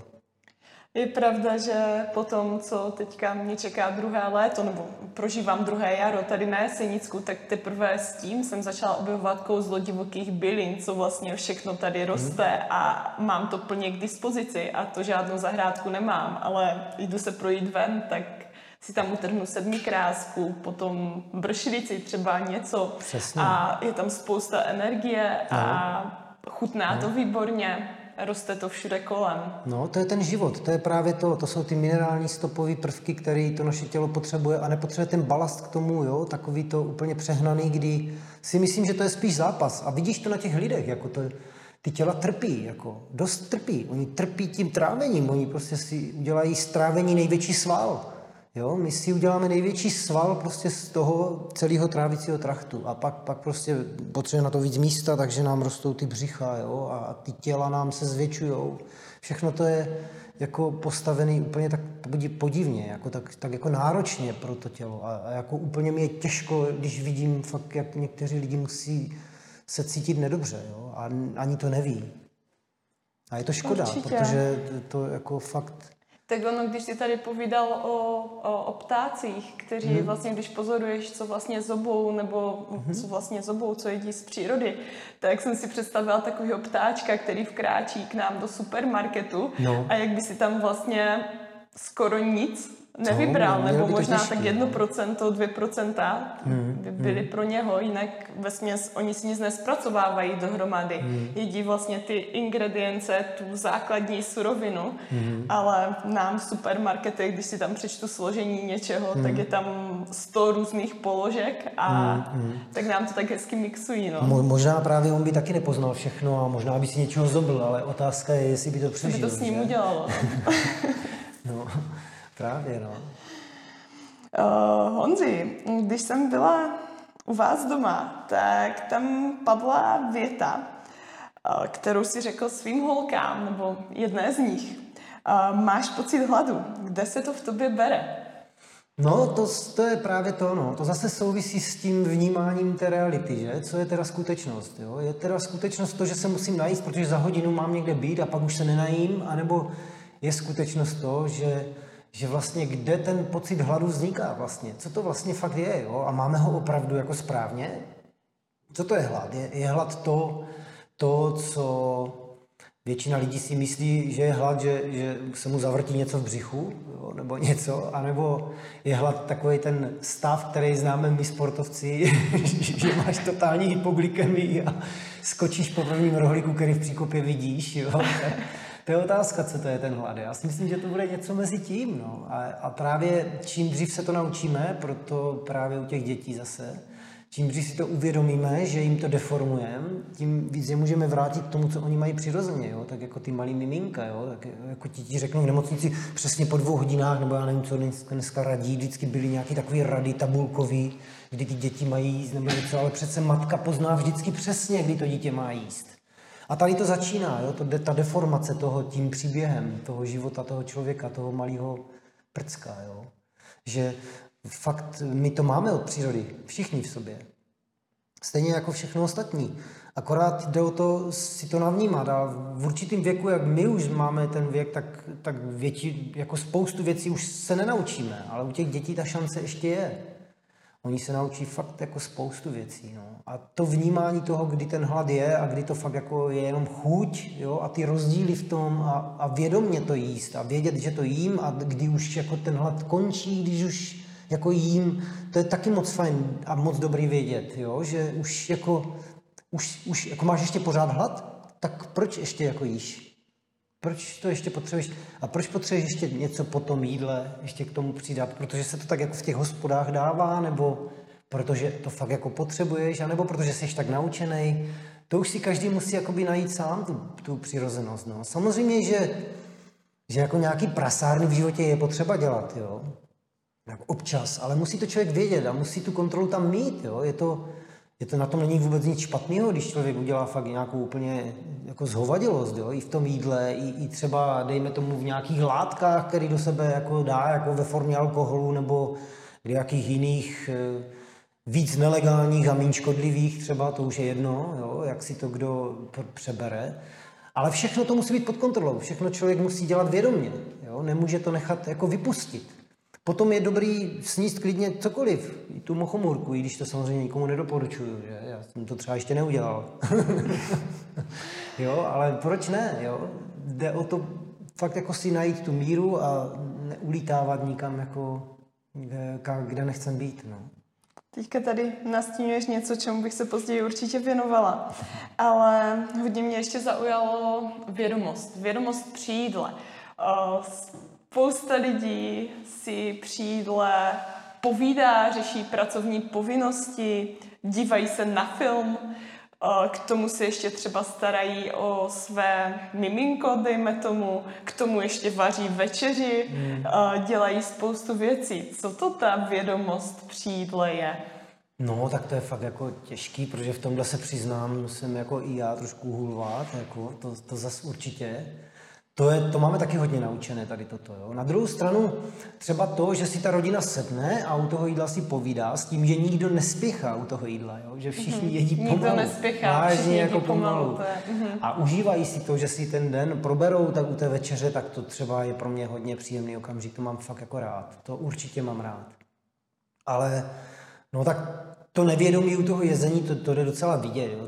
Je pravda, že potom, co teďka mě čeká druhé léto, nebo prožívám druhé jaro tady na Jesenicku, tak teprve s tím jsem začala objevovat kouzlo divokých bylin, co vlastně všechno tady roste a mám to plně k dispozici a to žádnou zahrádku nemám, ale jdu se projít ven, tak si tam utrhnu sedmikrásku, potom bršlici třeba něco. Přesně. A je tam spousta energie a chutná to výborně. Roste to všude kolem. No, to je ten život, to je právě to jsou ty minerální stopové prvky, které to naše tělo potřebuje a nepotřebuje ten balast k tomu, jo, takový to úplně přehnaný, kdy si myslím, že to je spíš zápas. A vidíš to na těch lidech, jako to, ty těla trpí, jako dost trpí. Oni trpí tím trávením, oni prostě si udělají z trávení největší sval. Jo, my si uděláme největší sval prostě z toho celého trávicího traktu a pak prostě potřebujeme na to víc místa, takže nám rostou ty břicha, jo, a ty těla nám se zvětšujou. Všechno to je jako postavený úplně tak podivně, jako tak jako náročně pro to tělo a jako úplně mi je těžko, když vidím fakt, jak někteří lidi musí se cítit nedobře, jo, a ani to neví. A je to škoda, Určitě. Protože to jako fakt... Tak ono, když jsi tady povídal o ptácích, kteří vlastně, když pozoruješ, co vlastně zobou, nebo co vlastně zobou, co jedí z přírody, tak jsem si představila takového ptáčka, který vkráčí k nám do supermarketu a jak by si tam vlastně skoro nic nevybral, nebo možná tak 1%, 2% by byly pro něho, jinak vesměs oni si nic nespracovávají dohromady. Jedí vlastně ty ingredience, tu základní surovinu, ale nám v supermarketech, když si tam přečtu složení něčeho, tak je tam 100 různých položek a tak nám to tak hezky mixují. No. Možná právě on by taky nepoznal všechno a možná by si něčeho zobl, ale otázka je, jestli by to přežil. Co by to s ním udělalo? No, právě, no. Honzi, když jsem byla u vás doma, tak tam padla věta, kterou si řekl svým holkám, nebo jedné z nich. Máš pocit hladu. Kde se to v tobě bere? No, to je právě to, no. To zase souvisí s tím vnímáním té reality, že? Co je teda skutečnost, jo? Je teda skutečnost to, že se musím najíst, protože za hodinu mám někde být a pak už se nenajím, anebo je skutečnost to, že vlastně kde ten pocit hladu vzniká vlastně, co to vlastně fakt je, jo? A máme ho opravdu jako správně? Co to je hlad? Je hlad to, co většina lidí si myslí, že je hlad, že se mu zavrtí něco v břichu, jo? Nebo něco, anebo je hlad takový ten stav, který známe my sportovci, že máš totální hypoglykemii a skočíš po prvním rohlíku, který v příkopě vidíš, jo? To je otázka, co to je ten hlad. Já si myslím, že to bude něco mezi tím. No. A právě čím dřív se to naučíme, proto právě u těch dětí zase, čím dřív si to uvědomíme, že jim to deformujeme, tím víc je můžeme vrátit k tomu, co oni mají přirozeně. Jo? Tak jako ty malý miminka, jo? Tak jako ti řeknou v nemocnici přesně po 2 hodinách, nebo já nevím, co dneska radí, vždycky byly nějaký takový rady tabulkový, kdy ty děti mají jíst nebo něco, ale přece matka pozná vždycky přesně, kdy to dítě má jíst. A tady to začíná, jo? Ta deformace toho tím příběhem, toho života, toho člověka, toho malého prcka. Jo? Že fakt my to máme od přírody, všichni v sobě. Stejně jako všechno ostatní. Akorát jde o to si to navnímat a v určitém věku, jak my už máme ten věk, tak větší, jako spoustu věcí už se nenaučíme, ale u těch dětí ta šance ještě je. Oni se naučí fakt jako spoustu věcí. No. A to vnímání toho, kdy ten hlad je a kdy to fakt jako je jenom chuť, jo, a ty rozdíly v tom a vědomě to jíst a vědět, že to jím a kdy už jako ten hlad končí, když už jako jím, to je taky moc fajn a moc dobrý vědět, jo, že už jako máš ještě pořád hlad, tak proč ještě jako jíš? Proč to ještě potřebuješ? A proč potřebuješ ještě něco po tom jídle ještě k tomu přidat? Protože se to tak jako v těch hospodách dává, nebo protože to fakt jako potřebuješ, anebo protože jsi tak naučený? To už si každý musí jakoby najít sám tu přirozenost. No. Samozřejmě, že že jako nějaký prasárny v životě je potřeba dělat, jo. Tak občas, ale musí to člověk vědět a musí tu kontrolu tam mít, jo. Je to na tom není vůbec nic špatného, když člověk udělá fakt nějakou úplně jako zhovadilost, jo, i v tom jídle, i třeba dejme tomu v nějakých látkách, který do sebe jako dá, jako ve formě alkoholu nebo v nějakých jiných víc nelegálních a méně škodlivých třeba, to už je jedno, jo, jak si to kdo přebere. Ale všechno to musí být pod kontrolou, všechno člověk musí dělat vědomě, jo, nemůže to nechat jako vypustit. Potom je dobrý sníst klidně cokoliv, i tu mochomůrku, i když to samozřejmě nikomu nedoporučuju, že? Já jsem to třeba ještě neudělal. Jo, ale proč ne, jo? Jde o to fakt jako si najít tu míru a neulítávat nikam jako, kde nechcem být, no. Teďka tady nastínuješ něco, čemu bych se později určitě věnovala, ale hodně mě ještě zaujalo vědomost. Vědomost při jídle. Spousta lidí si při jídle povídá, řeší pracovní povinnosti, dívají se na film, k tomu se ještě třeba starají o své miminko, dejme tomu, k tomu ještě vaří večeři, dělají spoustu věcí. Co to ta vědomost při jídle je? No, tak to je fakt jako těžký, protože v tomhle se přiznám, musím jako i já trošku hulvat, jako to zas určitě. To máme taky hodně naučené tady toto. Jo. Na druhou stranu třeba to, že si ta rodina sedne a u toho jídla si povídá s tím, že nikdo nespěchá u toho jídla, jo. Že všichni jedí pomalu. Nikdo nespěchá, všichni jako jedí pomalu. A užívají si to, že si ten den proberou tak u té večeře, tak to třeba je pro mě hodně příjemný okamžik, to mám fakt jako rád. To určitě mám rád. Ale no tak to nevědomí u toho jezení, to jde docela vidět, jo.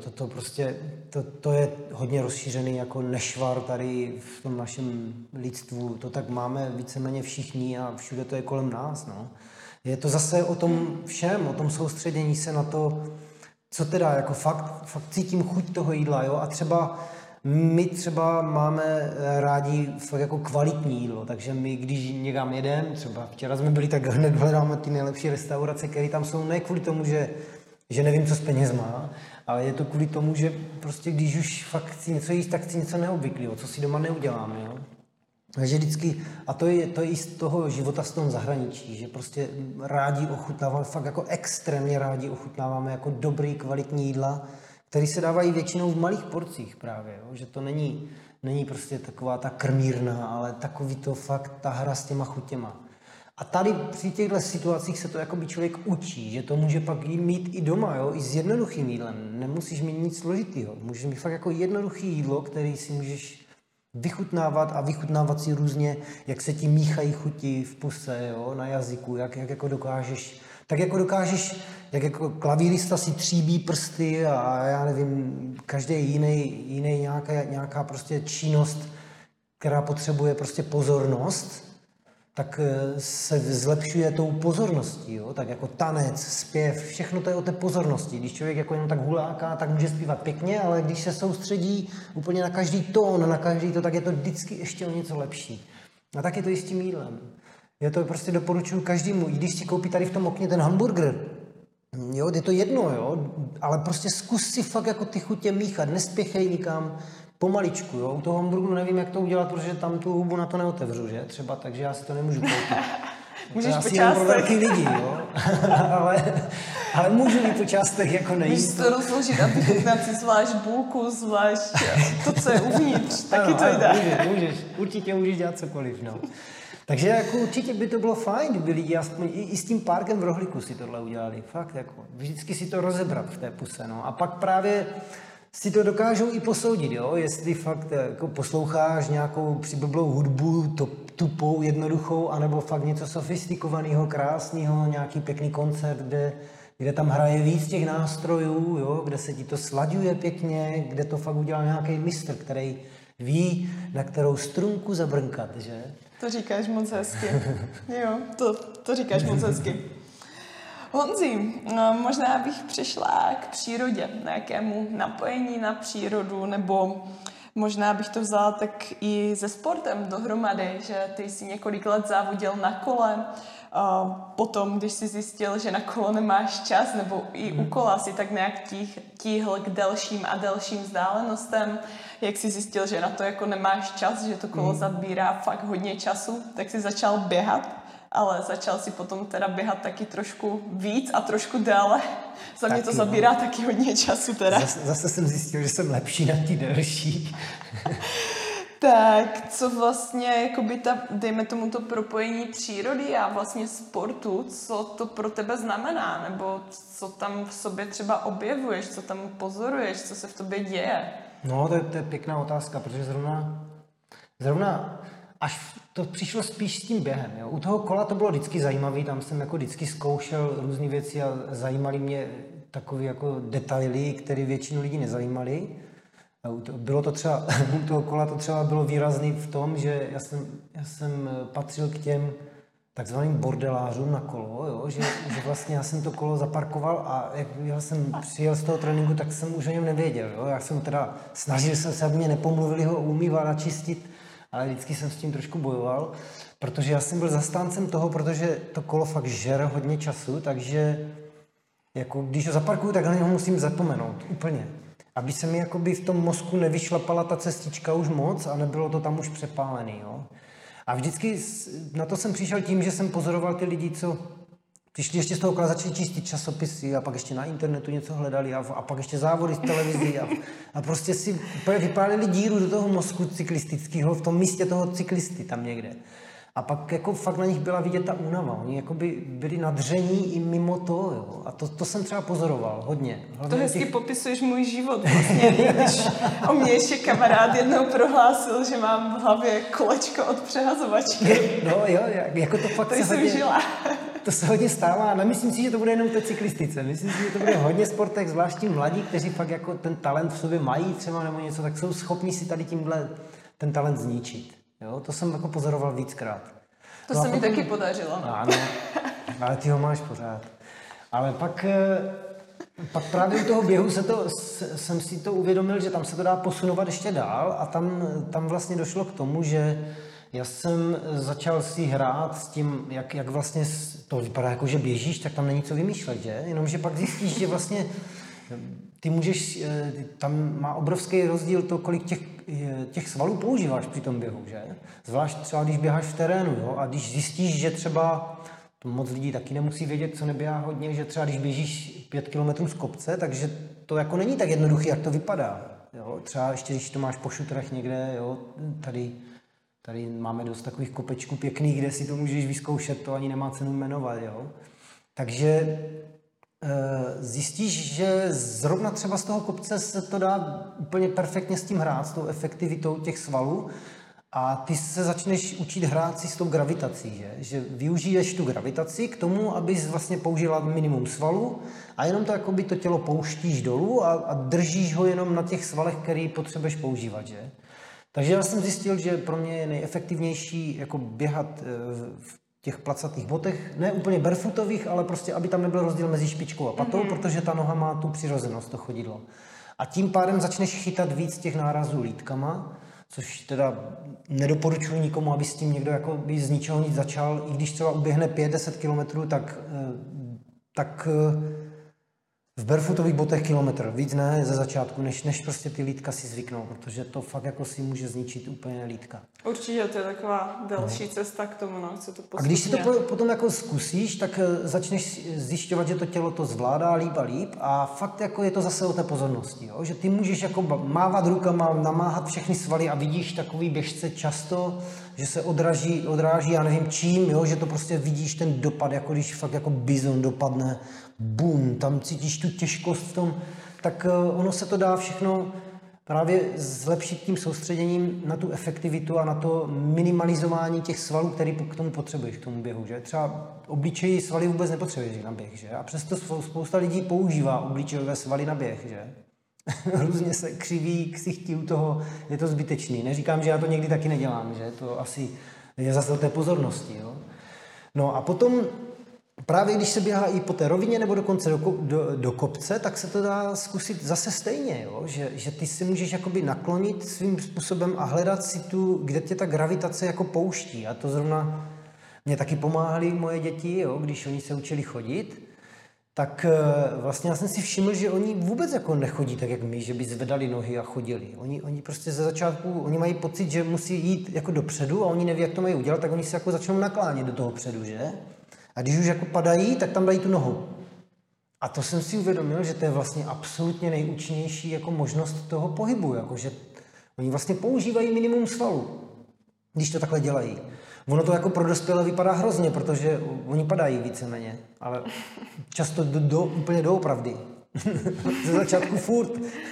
To je hodně rozšířený jako nešvar tady v tom našem lidstvu. To tak máme víceméně všichni a všude to je kolem nás, no. Je to zase o tom všem, o tom soustředění se na to, co teda, jako fakt cítím chuť toho jídla, jo. A my třeba máme rádi fakt jako kvalitní jídlo, takže my, když někam jedeme, třeba včera jsme byli, tak hned hledáme ty nejlepší restaurace, které tam jsou, ne kvůli tomu, že nevím, co s penězma, ale je to kvůli tomu, že prostě když už fakt chci něco jíst, tak chci něco neobvyklého, co si doma neuděláme, jo. Takže vždycky, a to je i z toho života z tom zahraničí, že prostě rádi ochutnáváme, fakt jako extrémně rádi ochutnáváme jako dobrý, kvalitní jídla, který se dávají většinou v malých porcích právě, jo? Že to není prostě taková ta krmírna, ale takový to fakt ta hra s těma chutěma. A tady při těchto situacích se to jakoby člověk učí, že to může pak mít i doma, jo? I s jednoduchým jídlem. Nemusíš mít nic složitýho. Můžeš mít fakt jako jednoduchý jídlo, který si můžeš vychutnávat a vychutnávat si různě, jak se ti míchají chuti v puse, jo? Na jazyku, jak jako dokážeš. Tak jako dokážeš, jak jako klavírista si tříbí prsty a já nevím, každý jiný nějaká prostě činnost, která potřebuje prostě pozornost, tak se zlepšuje tou pozorností, jo? Tak jako tanec, zpěv, všechno to je o té pozornosti. Když člověk jako jenom tak huláká, tak může zpívat pěkně, ale když se soustředí úplně na každý tón, na každý to, tak je to vždycky ještě o něco lepší. A tak je to i s tím jídlem. Já to prostě doporučuji každému, i když si koupí tady v tom okně ten hamburger, jo, je to jedno, jo, ale prostě zkus si fakt jako ty chutě míchat, nespěchej nikam, pomaličku, jo, u toho hamburgeru nevím, jak to udělat, protože tam tu hubu na to neotevřu, že, třeba, takže já si to nemůžu koupit. Můžeš po částech. Pro velký lidi, jo, ale můžu i po částech jako nejít. Můžeš to rozložit a vychutnat si zvlášť bulku, zvlášť to, co je uvnitř, taky to jde. Můžeš, určitě můžeš dělat cokoliv, no. Takže jako určitě by to bylo fajn, kdyby lidi aspoň i s tím párkem v rohlíku si tohle udělali. Fakt jako, vždycky si to rozebrat v té puse, no. A pak právě si to dokážou i posoudit, jo, jestli fakt jako posloucháš nějakou přiblblou hudbu, tupou, jednoduchou, anebo fakt něco sofistikovaného, krásného, nějaký pěkný koncert, kde tam hraje víc těch nástrojů, jo, kde se ti to slaďuje pěkně, kde to fakt udělal nějaký mistr, který ví, na kterou strunku zabrnkat, že? To říkáš moc hezky. Jo, to říkáš moc hezky. Honzi, možná bych přešla k přírodě, nějakému napojení na přírodu, nebo možná bych to vzala tak i se sportem dohromady, že ty jsi několik let závodil na kole. potom, když jsi zjistil, že na kolo nemáš čas, nebo i u kola si tak nějak tíhl k delším a delším vzdálenostem, jak jsi zjistil, že na to jako nemáš čas, že to kolo zabírá fakt hodně času, tak jsi začal běhat, ale začal si potom teda běhat taky trošku víc a trošku déle. Za mě to zabírá taky hodně času teda. Zase jsem zjistil, že jsem lepší na ty delší. Tak, co vlastně, jakoby dejme tomu to propojení přírody a vlastně sportu, co to pro tebe znamená, nebo co tam v sobě třeba objevuješ, co tam pozoruješ, co se v tobě děje? No, to je pěkná otázka, protože zrovna až to přišlo spíš s tím během. Jo. U toho kola to bylo vždycky zajímavé, tam jsem jako vždycky zkoušel různé věci a zajímaly mě takové jako detaily, které většinu lidí nezajímaly. Bylo to třeba, u toho kola to třeba bylo výrazný v tom, že já jsem patřil k těm takzvaným bordelářům na kolo, jo? Že vlastně já jsem to kolo zaparkoval a jak já jsem přijel z toho tréninku, tak jsem už o něm nevěděl. Jo? Já jsem teda snažil se, aby mě nepomluvili ho umývat a čistit, ale vždycky jsem s tím trošku bojoval, protože já jsem byl zastáncem toho, protože to kolo fakt žere hodně času, takže jako, když ho zaparkuju, tak na něho musím zapomenout úplně. Aby se mi jakoby v tom mozku nevyšlapala ta cestička už moc a nebylo to tam už přepálený. Jo? A vždycky na to jsem přišel tím, že jsem pozoroval ty lidi, co přišli ještě z toho kola, začali čistit časopisy a pak ještě na internetu něco hledali a pak ještě závody z televizi a prostě si vypálili díru do toho mozku cyklistického v tom místě toho cyklisty tam někde. A pak jako fakt na nich byla vidět ta únava. Oni jakoby byli nadření i mimo to, jo. A to jsem třeba pozoroval hodně. Hlavně to hezky popisuješ můj život vlastně, když o mě ještě kamarád jednou prohlásil, že mám v hlavě kolečko od přehazovačky. No jo, jako to fakt to jsem hodně, žila. To se hodně stává. Nemyslím si, že to bude jenom té cyklistice. Myslím si, že to bude hodně sportech, zvláště mladí, kteří fakt jako ten talent v sobě mají třeba nebo něco, tak jsou schopní si tady tímhle ten talent zničit. Jo, to jsem jako pozoroval víckrát. To se mi taky podařilo. Ano, ale ty ho máš pořád. Ale pak právě u toho běhu jsem si to uvědomil, že tam se to dá posunovat ještě dál a tam vlastně došlo k tomu, že já jsem začal si hrát s tím, jak vlastně to vypadá jako, že běžíš, tak tam není co vymýšlet, že? Jenomže pak zjistíš, že vlastně ty můžeš, tam má obrovský rozdíl to, kolik těch svalů používáš při tom běhu, že? Zvlášť třeba, když běháš v terénu, jo? A když zjistíš, že třeba, to moc lidí taky nemusí vědět, co neběhá hodně, že třeba když běžíš 5 kilometrů z kopce, takže to jako není tak jednoduché, jak to vypadá, jo? Třeba ještě, když to máš po šutrech někde, jo? Tady máme dost takových kopečků pěkných, kde si to můžeš vyzkoušet, to ani nemá cenu jmenovat, jo? Takže zjistíš, že zrovna třeba z toho kopce se to dá úplně perfektně s tím hrát, s tou efektivitou těch svalů a ty se začneš učit hrát si s tou gravitací, že využiješ tu gravitaci k tomu, abys vlastně použila minimum svalů a jenom to jakoby to tělo pouštíš dolů a držíš ho jenom na těch svalech, který potřebuješ používat, že? Takže já jsem zjistil, že pro mě je nejefektivnější jako běhat v těch placatých botech, ne úplně barefootových, ale prostě, aby tam nebyl rozdíl mezi špičkou a patou, protože ta noha má tu přirozenost, to chodidlo. A tím pádem začneš chytat víc těch nárazů lítkama, což teda nedoporučuji nikomu, aby s tím někdo jako by z ničeho nic začal, i když třeba uběhne 5-10 kilometrů, tak v barefootových botech kilometr, víc ne ze začátku, než prostě ty lítka si zvyknou, protože to fakt jako si může zničit úplně lítka. Určitě to je taková delší cesta k tomu, no, co to postupně. A když si to potom jako zkusíš, tak začneš zjišťovat, že to tělo to zvládá líp a líp a fakt jako je to zase o té pozornosti, jo? Že ty můžeš jako mávat rukama, namáhat všechny svaly a vidíš takový běžce často, že se odráží, já nevím čím, jo? Že to prostě vidíš ten dopad, jako když fakt jako bizon dopadne, bum, tam cítíš tu těžkost v tom, tak ono se to dá všechno právě zlepšit tím soustředěním na tu efektivitu a na to minimalizování těch svalů, které k tomu potřebuješ, k tomu běhu, že? Třeba obličejí svaly vůbec nepotřebuješ na běh, že? A přesto spousta lidí používá obličejové svaly na běh, že? Různě se křiví ksichtí u toho, je to zbytečný. Neříkám, že já to někdy taky nedělám, že? To asi je zase o té pozornosti, jo? No a potom právě když se běhá i po té rovině nebo dokonce do kopce, tak se to dá zkusit zase stejně, jo? Že ty si můžeš jakoby naklonit svým způsobem a hledat si tu, kde tě ta gravitace jako pouští. A to zrovna Mě taky pomáhali moje děti, jo, když oni se učili chodit, tak vlastně já jsem si všiml, že oni vůbec jako nechodí tak, jak my, že by zvedali nohy a chodili. Oni prostě ze začátku, oni mají pocit, že musí jít jako dopředu a oni neví, jak to mají udělat, tak oni se jako začnou naklánět do toho předu, že? A když už jako padají, tak tam dají tu nohu. A to jsem si uvědomil, že to je vlastně absolutně nejúčinnější jako možnost toho pohybu, jakože oni vlastně používají minimum svalu, když to takhle dělají. Ono to jako pro dospělé vypadá hrozně, protože oni padají víceméně, ale často úplně doopravdy. Ze začátku furt.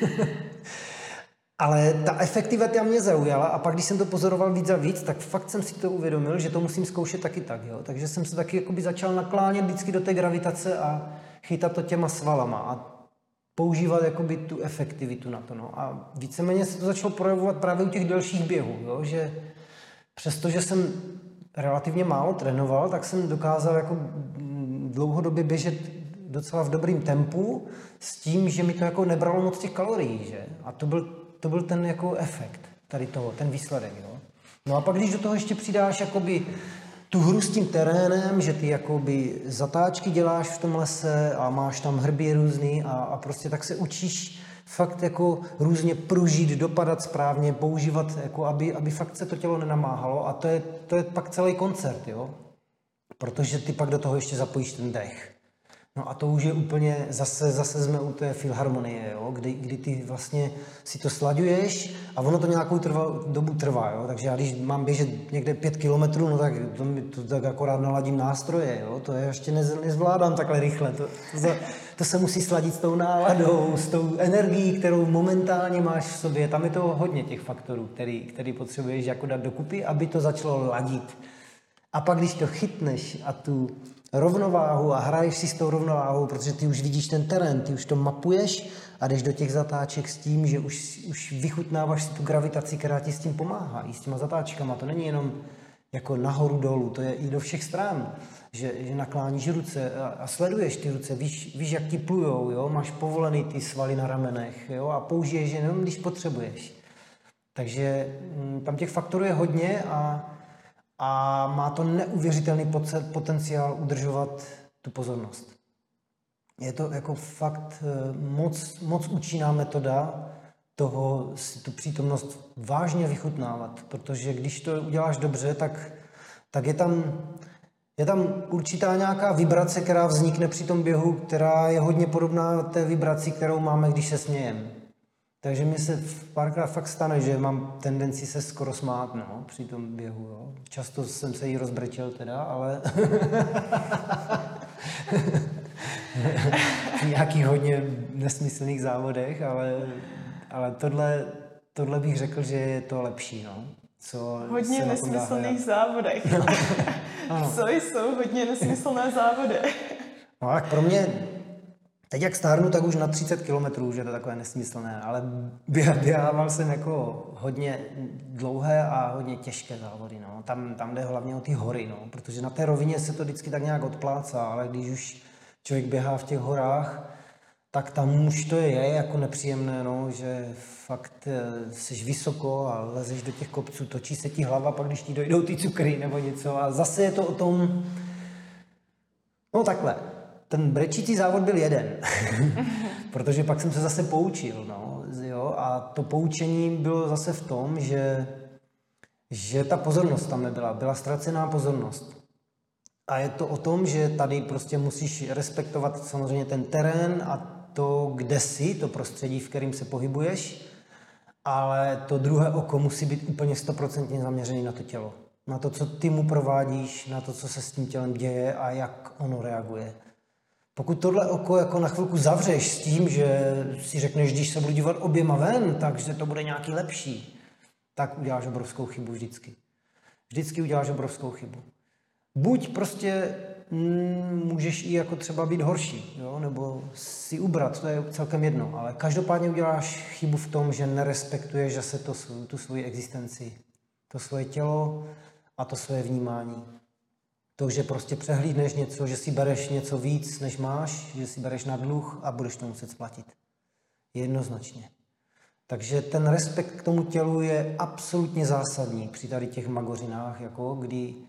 Ale ta efektivita mě zaujala a pak, když jsem to pozoroval víc a víc, tak fakt jsem si to uvědomil, že to musím zkoušet taky tak. Jo? Takže jsem se taky jakoby začal naklánět vždycky do té gravitace a chytat to těma svalama a používat jakoby tu efektivitu na to. No. A víceméně se to začalo projevovat právě u těch delších běhů, jo? Že přestože jsem relativně málo trénoval, tak jsem dokázal jako dlouhodobě běžet docela v dobrým tempu s tím, že mi to jako nebralo moc těch kalorií, že? A to byl ten jako efekt tady toho, ten výsledek, jo? No a pak, když do toho ještě přidáš jakoby tu hru s tím terénem, že ty jakoby zatáčky děláš v tom lese a máš tam hrby různý a prostě tak se učíš fakt jako různě pružit, dopadat správně, používat, jako aby fakt se to tělo nenamáhalo a to je pak celý koncert, jo? Protože ty pak do toho ještě zapojíš ten dech. No a to už je úplně, zase jsme u té filharmonie, jo? Kdy ty vlastně si to slaďuješ a ono to nějakou dobu trvá, jo? Takže já když mám běžet někde 5 kilometrů, no tak to tak akorát naladím nástroje, jo? To je ještě nezvládám takhle rychle, to se musí sladit s tou náladou, s tou energií, kterou momentálně máš v sobě, tam je to hodně těch faktorů, který potřebuješ jako dát dokupy, aby to začalo ladit. A pak když to chytneš a tu rovnováhu a hraješ si s tou rovnováhou, protože ty už vidíš ten terén, ty už to mapuješ a jdeš do těch zatáček s tím, že už vychutnáváš si tu gravitaci, která ti s tím pomáhá, i s těma zatáčkama. To není jenom jako nahoru dolů, to je i do všech stran, že nakláníš ruce a sleduješ ty ruce, víš jak ti plujou, jo? Máš povolený ty svaly na ramenech, jo? A použiješ je jenom, když potřebuješ. Takže tam těch faktorů je hodně a má to neuvěřitelný potenciál udržovat tu pozornost. Je to jako fakt moc účinná metoda toho si tu přítomnost vážně vychutnávat, protože když to uděláš dobře, tak je tam určitá nějaká vibrace, která vznikne při tom běhu, která je hodně podobná té vibraci, kterou máme, když se smějeme. Takže mi se párkrát fakt stane, že mám tendenci se skoro smát, no, při tom běhu, jo. Často jsem se jí rozbrečel teda, ale v nějakých hodně nesmyslných závodech, ale tohle bych řekl, že je to lepší, no. Co hodně nesmyslných závodech. No. Ano. Co jsou hodně nesmyslné závody? No tak pro mě teď jak stárnu, tak už na 30 kilometrů, že to je takové nesmyslné, ale běhával jsem jako hodně dlouhé a hodně těžké závody, no. Tam jde hlavně o ty hory, no, protože na té rovině se to vždycky tak nějak odplácá, ale když už člověk běhá v těch horách, tak tam už to je jako nepříjemné, no, že fakt jsi vysoko a lezeš do těch kopců, točí se ti hlava, pak když ti dojdou ty cukry nebo něco a zase je to o tom, no takhle. Ten brečící závod byl jeden, protože pak jsem se zase poučil, no, jo, a to poučení bylo zase v tom, že ta pozornost tam nebyla, byla ztracená pozornost. A je to o tom, že tady prostě musíš respektovat samozřejmě ten terén a to, kde jsi, to prostředí, v kterém se pohybuješ, ale to druhé oko musí být úplně 100% zaměřený na to tělo. Na to, co ty mu provádíš, na to, co se s tím tělem děje a jak ono reaguje. Pokud tohle oko jako na chvilku zavřeš s tím, že si řekneš, když se budu dívat oběma ven, takže to bude nějaký lepší, tak uděláš obrovskou chybu vždycky. Vždycky uděláš obrovskou chybu. Buď prostě můžeš i jako třeba být horší, jo? Nebo si ubrat, to je celkem jedno, ale každopádně uděláš chybu v tom, že nerespektuješ zase tu svoji existenci, to svoje tělo a to svoje vnímání. To, že prostě přehlídneš něco, že si bereš něco víc, než máš, že si bereš na dluh a budeš to muset splatit. Jednoznačně. Takže ten respekt k tomu tělu je absolutně zásadní při tady těch magořinách, jako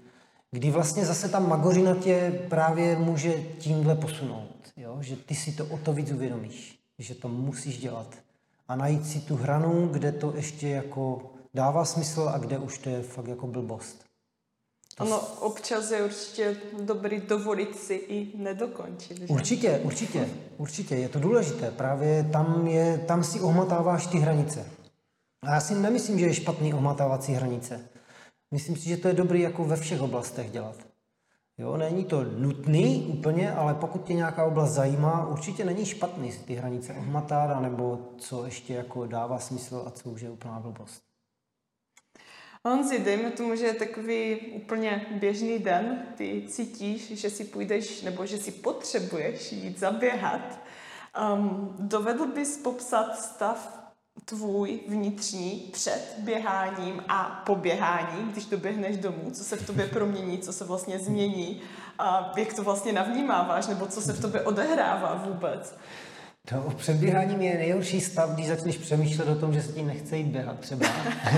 kdy vlastně zase ta magořina tě právě může tímhle posunout, jo? Že ty si to o to víc uvědomíš, že to musíš dělat a najít si tu hranu, kde to ještě jako dává smysl a kde už to je fakt jako blbost. Ono občas je určitě dobrý dovolit si i nedokončit. Že? Určitě, je to důležité. Právě tam si ohmatáváš ty hranice. A já si nemyslím, že je špatný ohmatávací hranice. Myslím si, že to je dobrý jako ve všech oblastech dělat. Jo, není to nutný úplně, ale pokud tě nějaká oblast zajímá, určitě není špatný si ty hranice ohmatat, anebo co ještě jako dává smysl a co už je úplná blbost. Honzi, dejme tomu, že je takový úplně běžný den, ty cítíš, že si půjdeš, nebo že si potřebuješ jít zaběhat. Dovedl bys popsat stav tvůj vnitřní před běháním a po běhání, když doběhneš domů, co se v tobě promění, co se vlastně změní a jak to vlastně navnímáváš, nebo co se v tobě odehrává vůbec? To před běháním je nejhorší stav, když začneš přemýšlet o tom, že se ti nechce jít běhat třeba.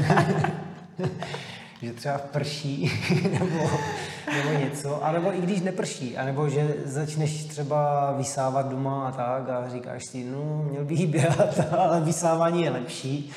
Že třeba prší nebo něco, anebo i když neprší, anebo že začneš třeba vysávat doma a tak a říkáš si, no, měl bych jít běhat, ale vysávání je lepší.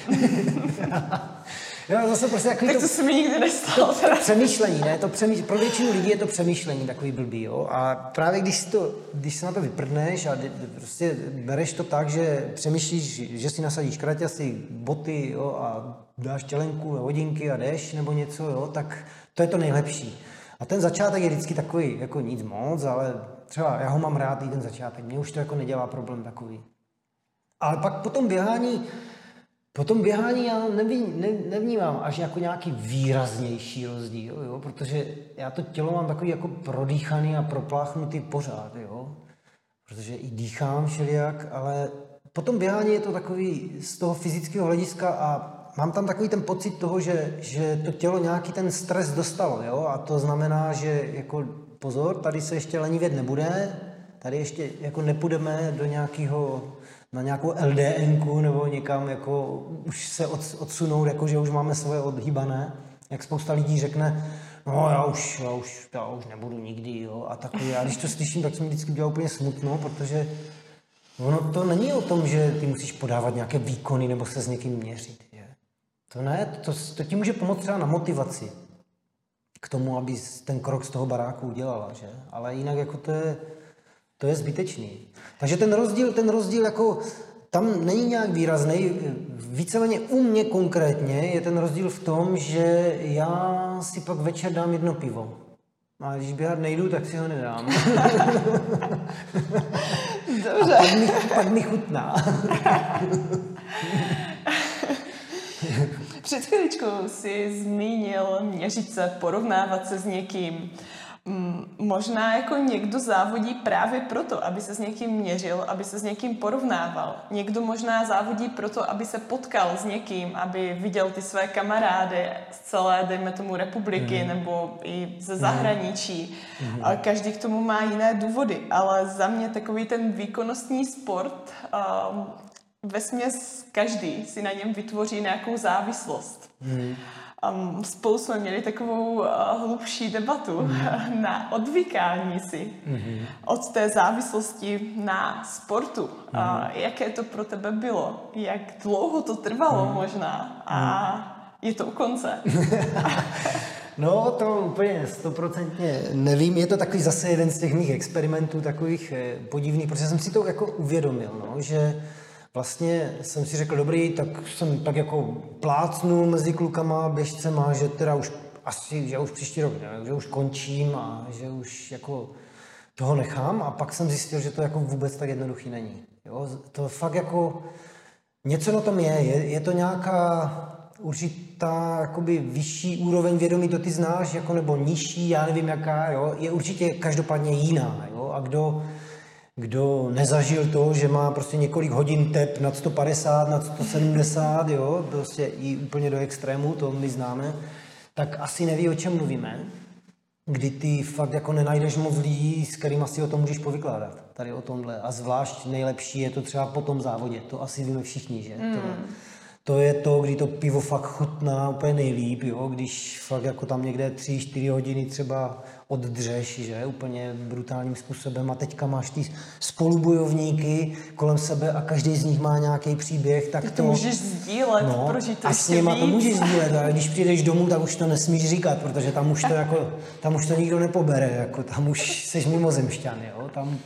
No, zase prostě tak to se mi nikdy nestalo. To přemýšlení, ne? Pro většinu lidí je to přemýšlení takový blbý, jo? A právě když se na to vyprdneš a prostě bereš to tak, že přemýšlíš, že si nasadíš kraťasy, boty, jo? A dáš tělenku, hodinky a jdeš nebo něco, jo? Tak to je to nejlepší. A ten začátek je vždycky takový, jako nic moc, ale třeba já ho mám rád i ten začátek. Mně už to jako nedělá problém takový. Ale pak po tom běhání já nevnímám až jako nějaký výraznější rozdíl, jo? Protože já to tělo mám takový jako prodýchaný a propláchnutý pořád, jo? Protože i dýchám všelijak, ale po tom běhání je to takový z toho fyzického hlediska a mám tam takový ten pocit toho, že to tělo nějaký ten stres dostalo, jo? A to znamená, že jako pozor, tady se ještě lenivět nebude, tady ještě jako nepůjdeme na nějakou LDNku nebo někam jako už se odsunout, jako že už máme svoje odhýbané. Jak spousta lidí řekne, no já už nebudu nikdy, jo, a takový. A když to slyším, tak se mi vždycky dělá úplně smutno, protože ono to není o tom, že ty musíš podávat nějaké výkony nebo se s někým měřit, je. To ne, to ti může pomoct třeba na motivaci k tomu, aby ten krok z toho baráku udělala, že? Ale jinak jako to je zbytečný. Takže ten rozdíl jako tam není nějak výrazný. Víceméně u mě konkrétně je ten rozdíl v tom, že já si pak večer dám jedno pivo. A když běhat nejdu, tak si ho nedám. Dobře. A pak mi chutná. Před chvíličkou jsi zmínil měřit se, porovnávat se s někým. Možná jako někdo závodí právě proto, aby se s někým měřil, aby se s někým porovnával. Někdo možná závodí proto, aby se potkal s někým, aby viděl ty své kamarády z celé, dejme tomu, republiky nebo i ze zahraničí. A každý k tomu má jiné důvody, ale za mě takový ten výkonnostní sport, vesměs každý si na něm vytvoří nějakou závislost. Spolu jsme měli takovou hlubší debatu na odvykání si od té závislosti na sportu. Jaké to pro tebe bylo? Jak dlouho to trvalo možná? A je to u konce? No, to úplně 100% nevím. Je to takový zase jeden z těch mých experimentů, takových podivných, protože jsem si to jako uvědomil, no, že vlastně jsem si řekl, dobrý, tak jsem tak jako plácnul mezi klukama, běžcema, že teda už asi, že už příští rok, ne, že už končím a že už jako toho nechám a pak jsem zjistil, že to jako vůbec tak jednoduchý není. Jo? To fakt jako něco na tom je to nějaká určitá jakoby vyšší úroveň vědomí, to ty znáš, jako nebo nižší, já nevím jaká, jo? Je určitě každopádně jiná, jo? A kdo nezažil to, že má prostě několik hodin tep nad 150, nad 170, jo, prostě i úplně do extrému, to my známe, tak asi neví, o čem mluvíme, kdy ty fakt jako nenajdeš moc lidí, s kterým asi o tom můžeš povykládat, tady o tomhle. A zvlášť nejlepší je to třeba po tom závodě, to asi víme všichni, že? To je to, kdy to pivo fakt chutná úplně nejlíp, jo? Když fakt jako tam někde 3-4 hodiny třeba oddřeš, že? Úplně brutálním způsobem a teďka máš ty spolubojovníky kolem sebe a každý z nich má nějaký příběh, tak ty to můžeš sdílet, prožít to a ještě s nima víc. to můžeš sdílet, ale když přijdeš domů, tak už to nesmíš říkat, protože tam už to nikdo nepobere, jako tam už seš mimozemšťan, jo?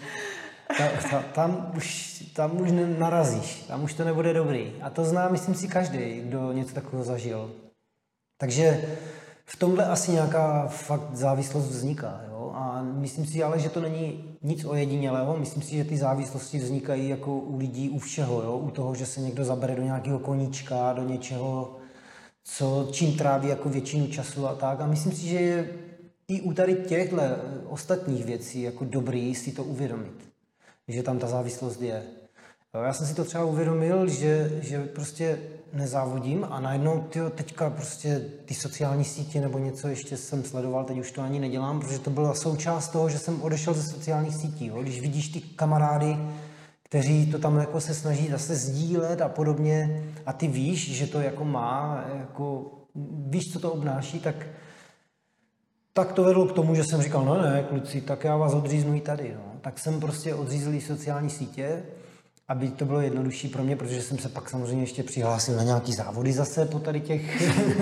Tam už narazíš, tam už to nebude dobrý. A to zná, myslím si, každý, kdo něco takového zažil. Takže v tomhle asi nějaká fakt závislost vzniká. Jo? A myslím si ale, že to není nic ojedinělého. Myslím si, že ty závislosti vznikají jako u lidí u všeho. Jo? U toho, že se někdo zabere do nějakého koníčka, do něčeho, čím tráví jako většinu času a tak. A myslím si, že je i u tady těchto ostatních věcí jako dobrý si to uvědomit, že tam ta závislost je. Jo, já jsem si to třeba uvědomil, že prostě nezávodím a najednou teďka prostě ty sociální sítě nebo něco ještě jsem sledoval, teď už to ani nedělám, protože to byla součást toho, že jsem odešel ze sociálních sítí. Jo. Když vidíš ty kamarády, kteří to tam jako se snaží zase sdílet a podobně a ty víš, že to jako má, jako víš, co to obnáší, tak to vedlo k tomu, že jsem říkal, ne, kluci, tak já vás odříznu i tady. No. Tak jsem prostě odřízl sociální sítě, aby to bylo jednodušší pro mě, protože jsem se pak samozřejmě ještě přihlásil na nějaký závody zase po tady těch.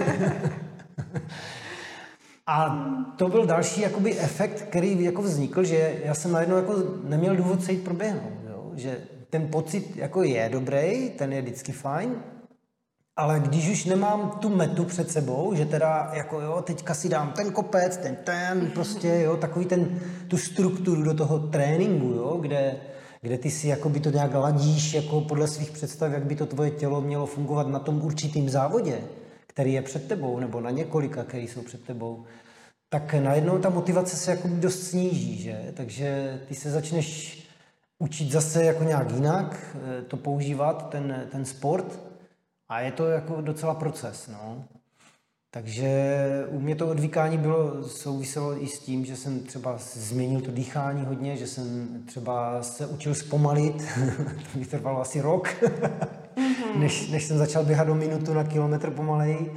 A to byl další jakoby efekt, který jako vznikl, že já jsem najednou jako neměl důvod se jít proběhnout. Jo? Že ten pocit jako je dobrý, ten je vždycky fajn, ale když už nemám tu metu před sebou, že teda jako jo, teďka si dám ten kopec, ten prostě, jo, takový tu strukturu do toho tréninku, jo, kde ty si jakoby to nějak ladíš jako podle svých představ, jak by to tvoje tělo mělo fungovat na tom určitým závodě, který je před tebou, nebo na několika, který jsou před tebou, tak najednou ta motivace se jako dost sníží, že? Takže ty se začneš učit zase jako nějak jinak to používat, ten sport, a je to jako docela proces, no. Takže u mě to odvykání souviselo i s tím, že jsem třeba změnil to dýchání hodně, že jsem třeba se učil zpomalit, to mi trvalo asi rok, než jsem začal běhat do minutu na kilometr pomaleji.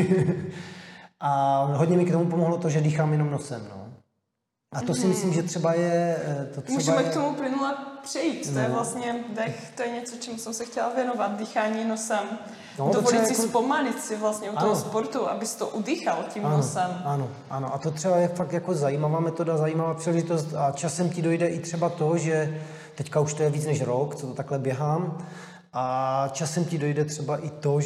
A hodně mi k tomu pomohlo to, že dýchám jenom nosem, no. A to si myslím, že třeba je... Můžeme k tomu plynule přejít. To je vlastně dech, to je něco, čemu jsem se chtěla věnovat, dýchání nosem. Dovolit si zpomalit si vlastně u toho sportu, abys to udýchal tím nosem. Ano. A to třeba je fakt jako zajímavá metoda, zajímavá příležitost a časem ti dojde i třeba to, že teďka už to je víc než rok, co to takhle běhám, a časem ti dojde třeba i to,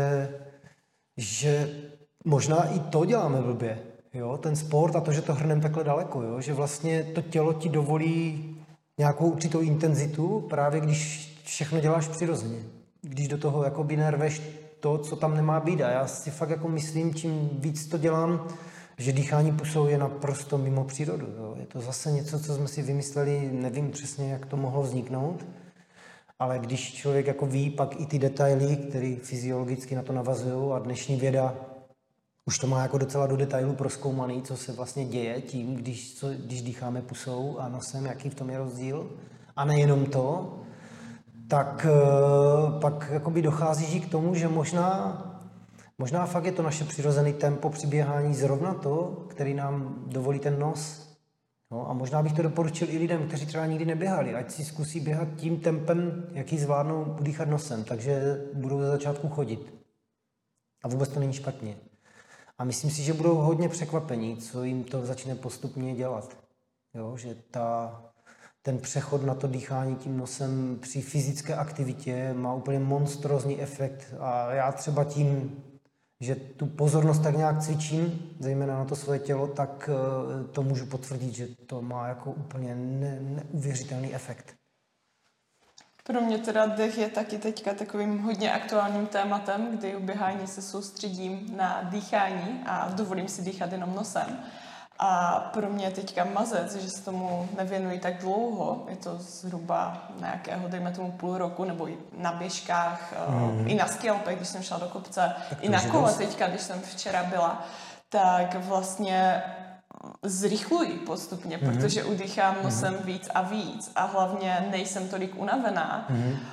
že možná i to děláme blbě. Jo, ten sport a to, že to hrneme takhle daleko, jo, že vlastně to tělo ti dovolí nějakou určitou intenzitu, právě když všechno děláš přirozeně. Když do toho jakoby nerveš to, co tam nemá být. A já si fakt jako myslím, čím víc to dělám, že dýchání pusou je naprosto mimo přírodu. Jo. Je to zase něco, co jsme si vymysleli, nevím přesně, jak to mohlo vzniknout, ale když člověk jako ví pak i ty detaily, které fyziologicky na to navazují, a dnešní věda už to má jako docela do detailu prozkoumaný, co se vlastně děje tím, když dýcháme pusou a nosem, jaký v tom je rozdíl. A nejenom to, tak pak jakoby dochází k tomu, že možná fakt je to naše přirozené tempo při běhání zrovna to, který nám dovolí ten nos. No, a možná bych to doporučil i lidem, kteří třeba nikdy neběhali, ať si zkusí běhat tím tempem, jaký zvládnou dýchat nosem, takže budou ze začátku chodit. A vůbec to není špatně. A myslím si, že budou hodně překvapení, co jim to začne postupně dělat. Jo, že ten přechod na to dýchání tím nosem při fyzické aktivitě má úplně monstrózní efekt. A já třeba tím, že tu pozornost tak nějak cvičím, zejména na to svoje tělo, tak to můžu potvrdit, že to má jako úplně neuvěřitelný efekt. Pro mě teda dech je taky teďka takovým hodně aktuálním tématem, kdy u běhání se soustředím na dýchání a dovolím si dýchat jenom nosem. A pro mě je teďka mazec, že se tomu nevěnuji tak dlouho. Je to zhruba nějakého, dejme tomu, půl roku, nebo i na běžkách, i na skialpech, když jsem šla do kopce, i na kole teďka, když jsem včera byla, tak vlastně zrychluji postupně, protože udýchám nosem víc a víc a hlavně nejsem tolik unavená.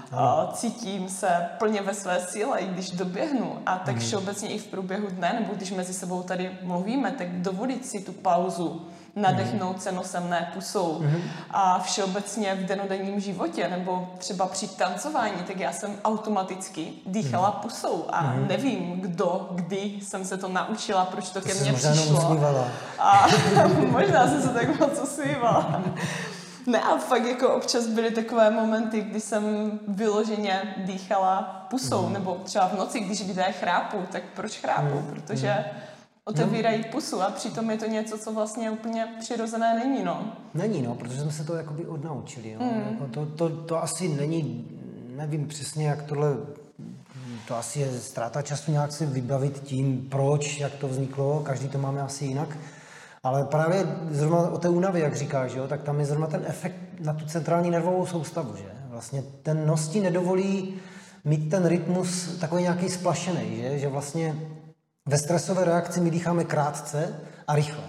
Cítím se plně ve své síle, i když doběhnu. A tak všeobecně i v průběhu dne, nebo když mezi sebou tady mluvíme, tak dovolit si tu pauzu, nadechnout se nosem, ne pusou. A všeobecně v denodenním životě, nebo třeba při tancování, tak já jsem automaticky dýchala pusou a nevím, kdy jsem se to naučila, proč to ke mně přišlo. A možná jsem se tak moc usmívala. Ne, a fakt jako občas byly takové momenty, kdy jsem vyloženě dýchala pusou, nebo třeba v noci, když lidé chrápou, tak proč chrápou? Protože otevírají pusu a přitom je to něco, co vlastně úplně přirozené není, no. Není, no, protože jsme se to jakoby odnaučili, no. Jako to asi není, nevím přesně, jak tohle, to asi je ztráta času nějak si vybavit tím, proč, jak to vzniklo, každý to máme asi jinak. Ale právě zrovna o té únavě, jak říkáš, jo, tak tam je zrovna ten efekt na tu centrální nervovou soustavu, že? Vlastně ten nos ti nedovolí mít ten rytmus takový nějaký splašený, že vlastně ve stresové reakci my dýcháme krátce a rychle.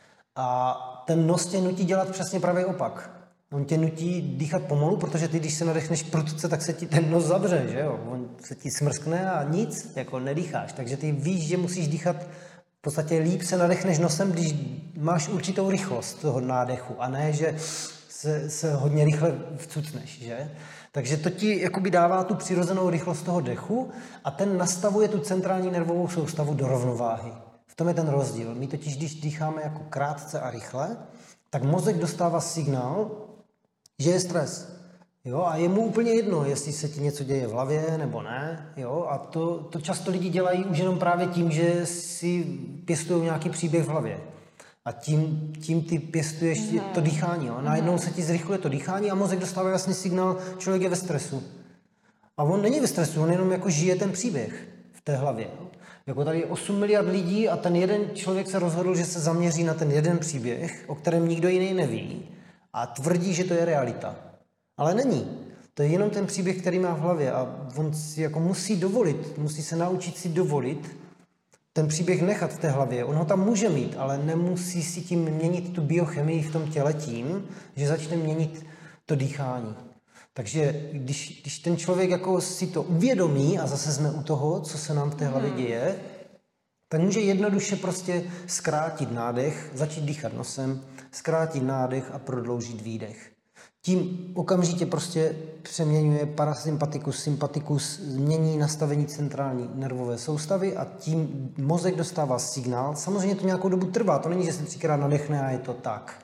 A ten nos tě nutí dělat přesně pravý opak. On tě nutí dýchat pomalu, protože ty, když se nadechneš prudce, tak se ti ten nos zavře, že jo? On se ti smrskne a nic, jako nedýcháš. Takže ty víš, že musíš dýchat v podstatě líp se nadechneš nosem, když máš určitou rychlost toho nádechu a ne, že se hodně rychle vcucneš, že? Takže to ti jakoby dává tu přirozenou rychlost toho dechu a ten nastavuje tu centrální nervovou soustavu do rovnováhy. V tom je ten rozdíl. My totiž, když dýcháme jako krátce a rychle, tak mozek dostává signál, že je stres. Jo? A je mu úplně jedno, jestli se ti něco děje v hlavě nebo ne. Jo? A to často lidi dělají už jenom právě tím, že si pěstují nějaký příběh v hlavě. A tím ty pěstuješ to dýchání. Jo? Najednou se ti zrychluje to dýchání a mozek dostává jasný signál, člověk je ve stresu. A on není ve stresu, on jenom jako žije ten příběh v té hlavě. Jo? Jako tady je 8 miliard lidí a ten jeden člověk se rozhodl, že se zaměří na ten jeden příběh, o kterém nikdo jiný neví a tvrdí, že to je realita. Ale není. To je jenom ten příběh, který má v hlavě a on si jako musí se naučit si dovolit ten příběh nechat v té hlavě. On ho tam může mít, ale nemusí si tím měnit tu biochemii v tom těle tím, že začne měnit to dýchání. Takže když ten člověk jako si to uvědomí a zase jsme u toho, co se nám v té hlavě děje, tak může jednoduše prostě zkrátit nádech, začít dýchat nosem, zkrátit nádech a prodloužit výdech. Tím okamžitě prostě přeměňuje parasympatikus, sympatikus, změní nastavení centrální nervové soustavy a tím mozek dostává signál. Samozřejmě to nějakou dobu trvá, to není, že se 3krát nadechne a je to tak.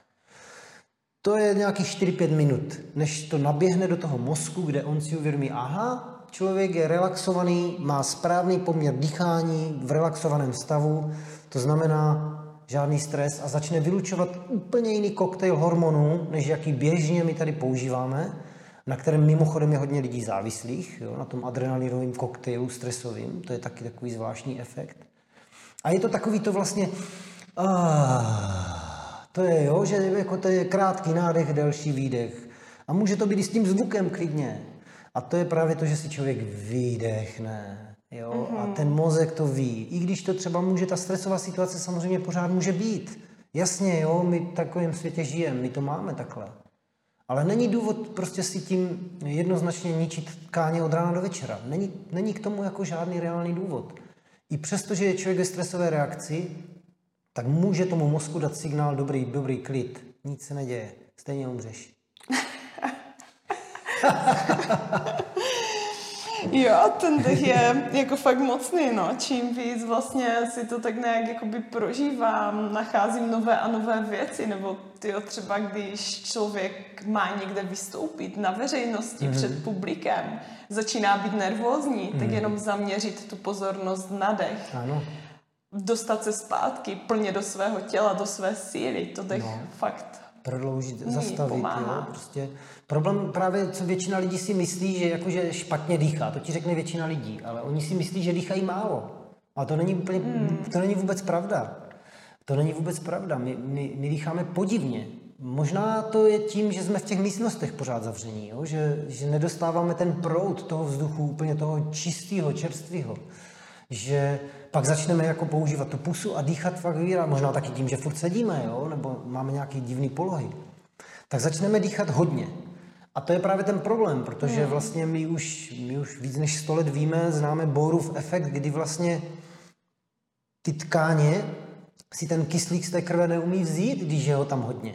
To je nějakých 4-5 minut, než to naběhne do toho mozku, kde on si uvědomí, aha, člověk je relaxovaný, má správný poměr dýchání v relaxovaném stavu, to znamená žádný stres a začne vylučovat úplně jiný koktejl hormonů, než jaký běžně my tady používáme, na kterém mimochodem je hodně lidí závislých, jo, na tom adrenalinovém koktejlu stresovým, to je taky takový zvláštní efekt. A je to takový to vlastně, to je, jo, že jako to je krátký nádech, delší výdech. A může to být i s tím zvukem klidně. A to je právě to, že si člověk vydechne. Jo? A ten mozek to ví. I když to třeba může, ta stresová situace samozřejmě pořád může být. Jasně, jo, my v takovém světě žijeme, my to máme takhle. Ale není důvod prostě si tím jednoznačně ničit tkáně od rána do večera. Není k tomu jako žádný reálný důvod. I přesto, že je člověk ve stresové reakci, tak může tomu mozku dát signál dobrý klid. Nic se neděje, stejně umřeš. Jo, ten dech je jako fakt mocný, no. Čím víc vlastně si to tak nějak jakoby prožívám, nacházím nové a nové věci, nebo tyjo, třeba když člověk má někde vystoupit na veřejnosti před publikem, začíná být nervózní, tak jenom zaměřit tu pozornost na dech. Ano. Dostat se zpátky plně do svého těla, do své síly, to dech fakt prodloužit, zastavit, jo, prostě. Problém právě, co většina lidí si myslí, že jakože špatně dýchá, to ti řekne většina lidí, ale oni si myslí, že dýchají málo. A to není úplně, to není vůbec pravda. To není vůbec pravda, my dýcháme podivně. Možná to je tím, že jsme v těch místnostech pořád zavření, jo? Že nedostáváme ten proud toho vzduchu, úplně toho čistého, čerstvého. že pak začneme jako používat tu pusu a dýchat fakt možná taky tím, že furt sedíme, jo, nebo máme nějaký divný polohy, tak začneme dýchat hodně. A to je právě ten problém, protože vlastně my už víc než 100 let víme, známe Bohrův efekt, kdy vlastně ty si ten kyslík z té krve neumí vzít, když je ho tam hodně.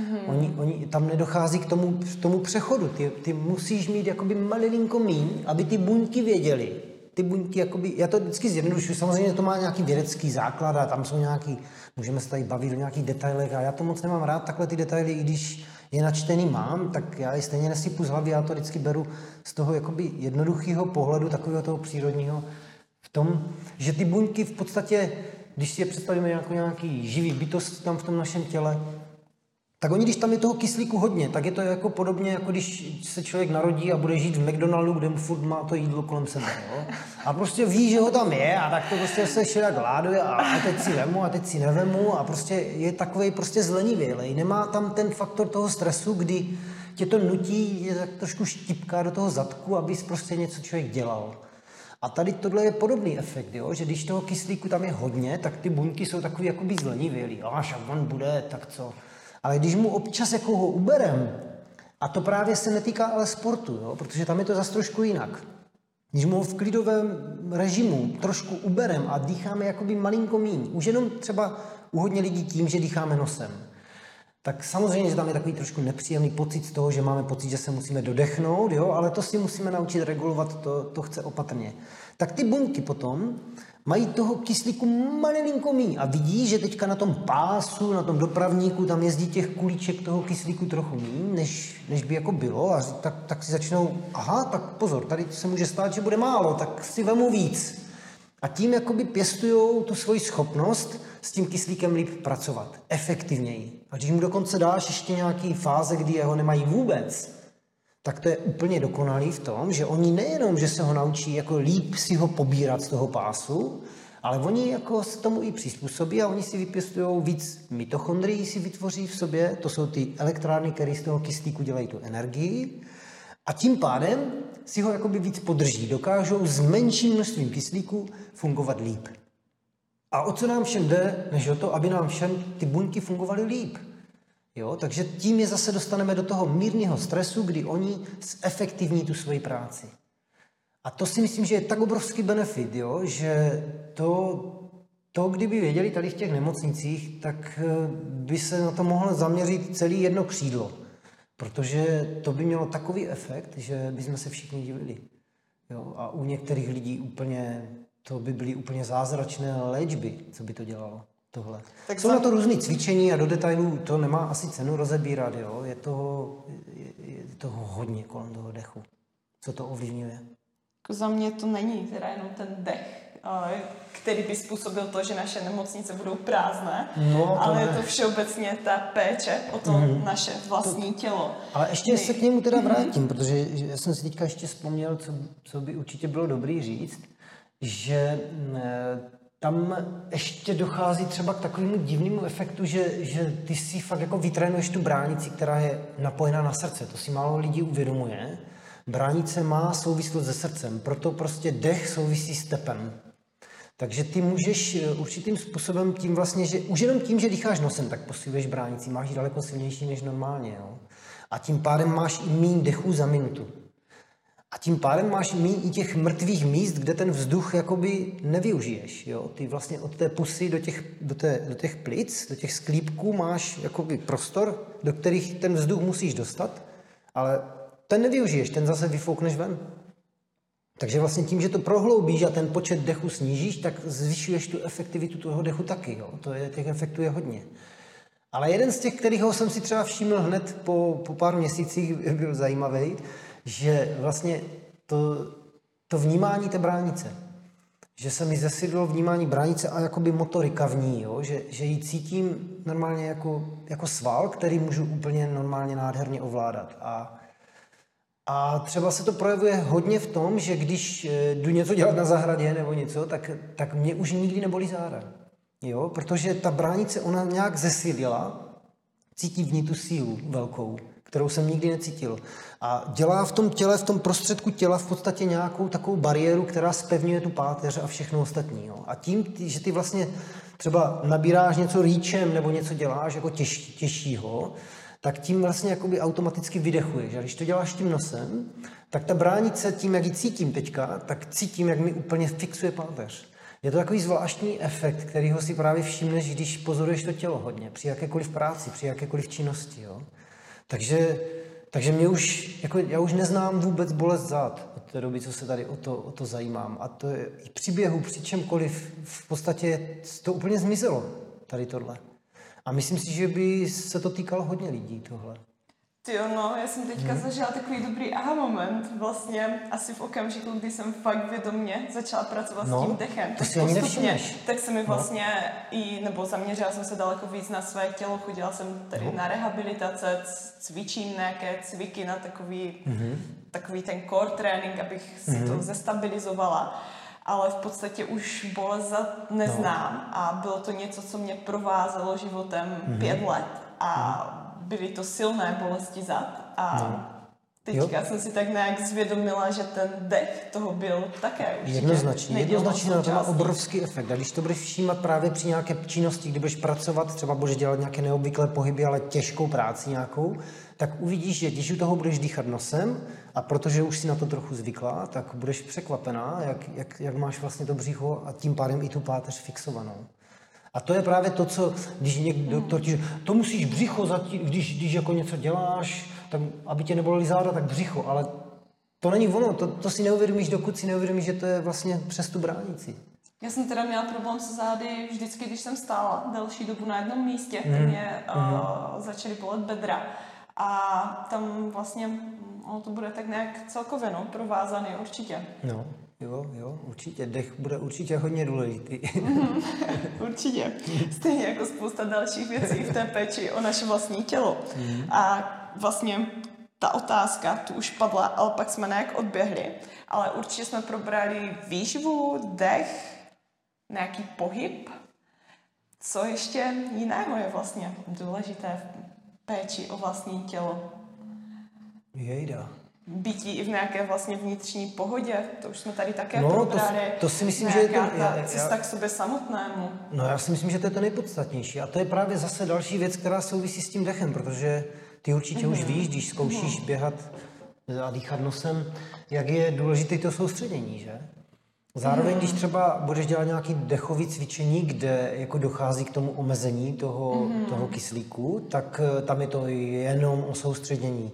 Oni tam nedochází k tomu přechodu. Ty musíš mít jakoby malinko míň, aby ty buňky věděly. Ty buňky, jakoby, já to vždycky zjednodušuji, samozřejmě to má nějaký vědecký základ a tam jsou nějaký, můžeme se tady bavit o nějakých detailech a já to moc nemám rád, takhle ty detaily, i když je načtený mám, tak já je stejně nesypu z hlavy, já to vždycky beru z toho jakoby jednoduchého pohledu, takového toho přírodního, v tom, že ty buňky v podstatě, když si je představíme jako nějaký živý bytost tam v tom našem těle, tak oni, když tam je toho kyslíku hodně, tak je to jako podobně, jako když se člověk narodí a bude žít v McDonaldu, kde mu furt má to jídlo kolem sebe. Jo? A prostě ví, že ho tam je a tak to prostě se všelijak láduje a teď si vemu a teď si nevemu a prostě je takovej prostě zlenivělej. Nemá tam ten faktor toho stresu, kdy tě to nutí, je tak trošku štipká do toho zadku, abys prostě něco člověk dělal. A tady tohle je podobný efekt, jo? Že když toho kyslíku tam je hodně, tak ty buňky jsou takový jakoby zlenivělý. Až on bude, tak co? Ale když mu občas jako ho uberem, a to právě se netýká ale sportu, jo? Protože tam je to zase trošku jinak. Když mu ho v klidovém režimu trošku uberem a dýcháme jakoby malinko míň, už jenom třeba u hodně lidí tím, že dýcháme nosem, tak samozřejmě, že tam je takový trošku nepříjemný pocit z toho, že máme pocit, že se musíme dodechnout, jo? Ale to si musíme naučit regulovat, to chce opatrně. Tak ty buňky potom mají toho kyslíku malinko míň a vidí, že teďka na tom pásu, na tom dopravníku, tam jezdí těch kulíček toho kyslíku trochu míň, než by jako bylo a tak si začnou, aha, tak pozor, tady se může stát, že bude málo, tak si vemu víc. A tím jakoby pěstujou tu svoji schopnost s tím kyslíkem líp pracovat, efektivněji. A když mu dokonce dáš ještě nějaký fáze, kdy ho nemají vůbec, tak to je úplně dokonalý v tom, že oni nejenom, že se ho naučí jako líp si ho pobírat z toho pásu, ale oni jako se tomu i přizpůsobí a oni si vypěstují víc mitochondrií, si vytvoří v sobě, to jsou ty elektrárny, které z toho kyslíku dělají tu energii a tím pádem si ho jakoby víc podrží, dokážou s menším množstvím kyslíku fungovat líp. A o co nám všem jde, než o to, aby nám všem ty buňky fungovaly líp. Jo, takže tím je zase dostaneme do toho mírného stresu, kdy oni zefektivní tu svoji práci. A to si myslím, že je tak obrovský benefit, jo, že to, kdyby věděli tady v těch nemocnicích, tak by se na to mohlo zaměřit celý jedno křídlo. Protože to by mělo takový efekt, že bychom se všichni divili. Jo, a u některých lidí úplně, to by byly úplně zázračné léčby, co by to dělalo. Tohle. Tak jsou na to různý cvičení a do detailů to nemá asi cenu rozebírat, jo? Je toho hodně kolem toho dechu. Co to ovlivňuje? Za mě to není teda jenom ten dech, který by způsobil to, že naše nemocnice budou prázdné, ale je to všeobecně ta péče o to naše vlastní tělo. Ale ještě se k němu teda vrátím, protože já jsem si teďka ještě vzpomněl, co by určitě bylo dobrý říct, že tam ještě dochází třeba k takovému divnému efektu, že ty si fakt jako vytrénuješ tu bránici, která je napojená na srdce. To si málo lidí uvědomuje. Bránice má souvislost se srdcem, proto prostě dech souvisí s tepem. Takže ty můžeš určitým způsobem tím vlastně, že už jenom tím, že dýcháš nosem, tak posiluješ bránici, máš ji daleko silnější než normálně. Jo? A tím pádem máš i míň dechů za minutu. A tím pádem máš míň i těch mrtvých míst, kde ten vzduch jakoby nevyužiješ. Jo? Ty vlastně od té pusy do těch plic, do těch sklípků máš jakoby prostor, do kterých ten vzduch musíš dostat, ale ten nevyužiješ, ten zase vyfoukneš ven. Takže vlastně tím, že to prohloubíš a ten počet dechů snížíš, tak zvyšuješ tu efektivitu toho dechu taky. Jo? Těch efektů je hodně. Ale jeden z těch, kterého jsem si třeba všiml hned po pár měsících, byl zajímavý, že vlastně to vnímání té bránice, že se mi zesidlo vnímání bránice a jakoby motorika v ní, jo? Že ji cítím normálně jako sval, který můžu úplně normálně nádherně ovládat. A třeba se to projevuje hodně v tom, že když jdu něco dělat na zahradě nebo něco, tak mě už nikdy nebolí záda. Jo? Protože ta bránice, ona nějak zesilila, cítí v ní tu sílu velkou, kterou jsem nikdy necítil. A dělá v tom těle, v tom prostředku těla v podstatě nějakou takovou bariéru, která zpevňuje tu páteř a všechno ostatní. Jo. A tím, že ty vlastně třeba nabíráš něco rýčem nebo něco děláš jako těžšího, tak tím vlastně jakoby automaticky vydechuješ. A když to děláš tím nosem, tak ta bránice tím, jak ji cítím teďka, tak cítím, jak mi úplně fixuje páteř. Je to takový zvláštní efekt, kterýho si právě všimneš, když pozoruješ to tělo hodně, při jakékoliv práci, při jakékoliv činnosti. Jo? Takže mě už, jako, já už neznám vůbec bolest zad od té doby, co se tady o to zajímám. A to je i při běhu, při čemkoliv, v podstatě to úplně zmizelo, tady tohle. A myslím si, že by se to týkalo hodně lidí, tohle. Tyjo, no, já jsem teďka zažila takový dobrý aha moment, vlastně asi v okamžiku, kdy jsem fakt vědomě začala pracovat s tím dechem. To si ani nevšimneš. Tak se mi vlastně nebo zaměřila jsem se daleko víc na své tělo, chodila jsem tady na rehabilitace, cvičím nějaké cviky na takový ten core trénink, abych si to zestabilizovala. Ale v podstatě už bolest zad neznám a bylo to něco, co mě provázelo životem 5 let a byly to silné bolesti zad a teďka jsem si tak nějak zvědomila, že ten dech toho byl také určitě. Jednoznačně na to má obrovský efekt. A když to budeš všímat právě při nějaké činnosti, kdy budeš pracovat, třeba budeš dělat nějaké neobvyklé pohyby, ale těžkou práci nějakou, tak uvidíš, že když u toho budeš dýchat nosem a protože už si na to trochu zvykla, tak budeš překvapená, jak máš vlastně to břicho a tím pádem i tu páteř fixovanou. A to je právě to, co, když někdo doktor ti to musíš břicho když jako něco děláš, tak aby tě nebolely záda, tak břicho, ale to není ono, to si neuvědomíš, dokud si neuvědomíš, že to je vlastně přes tu bránici. Já jsem teda měla problém se zády vždycky, když jsem stála delší dobu na jednom místě, tak mě začaly bolet bedra. A tam vlastně to bude tak nějak celkově provázaný určitě. No. Jo, určitě. Dech bude určitě hodně důležitý. Určitě. Stejně jako spousta dalších věcí v té péči o naše vlastní tělo. A vlastně ta otázka tu už padla, ale pak jsme nějak odběhli. Ale určitě jsme probrali výživu, dech, nějaký pohyb. Co ještě jiného je vlastně důležité v péči o vlastní tělo? Jejda. Bytí i v nějaké vlastně vnitřní pohodě, to už jsme tady také probrali. To si myslím, že je to cesta k sobě samotnému. No já si myslím, že to je to nejpodstatnější. A to je právě zase další věc, která souvisí s tím dechem, protože ty určitě už víš, když zkoušíš běhat a dýchat nosem, jak je důležité to soustředění, že? Zároveň, když třeba budeš dělat nějaké dechové cvičení, kde jako dochází k tomu omezení toho kyslíku, tak tam je to jenom o soustředění.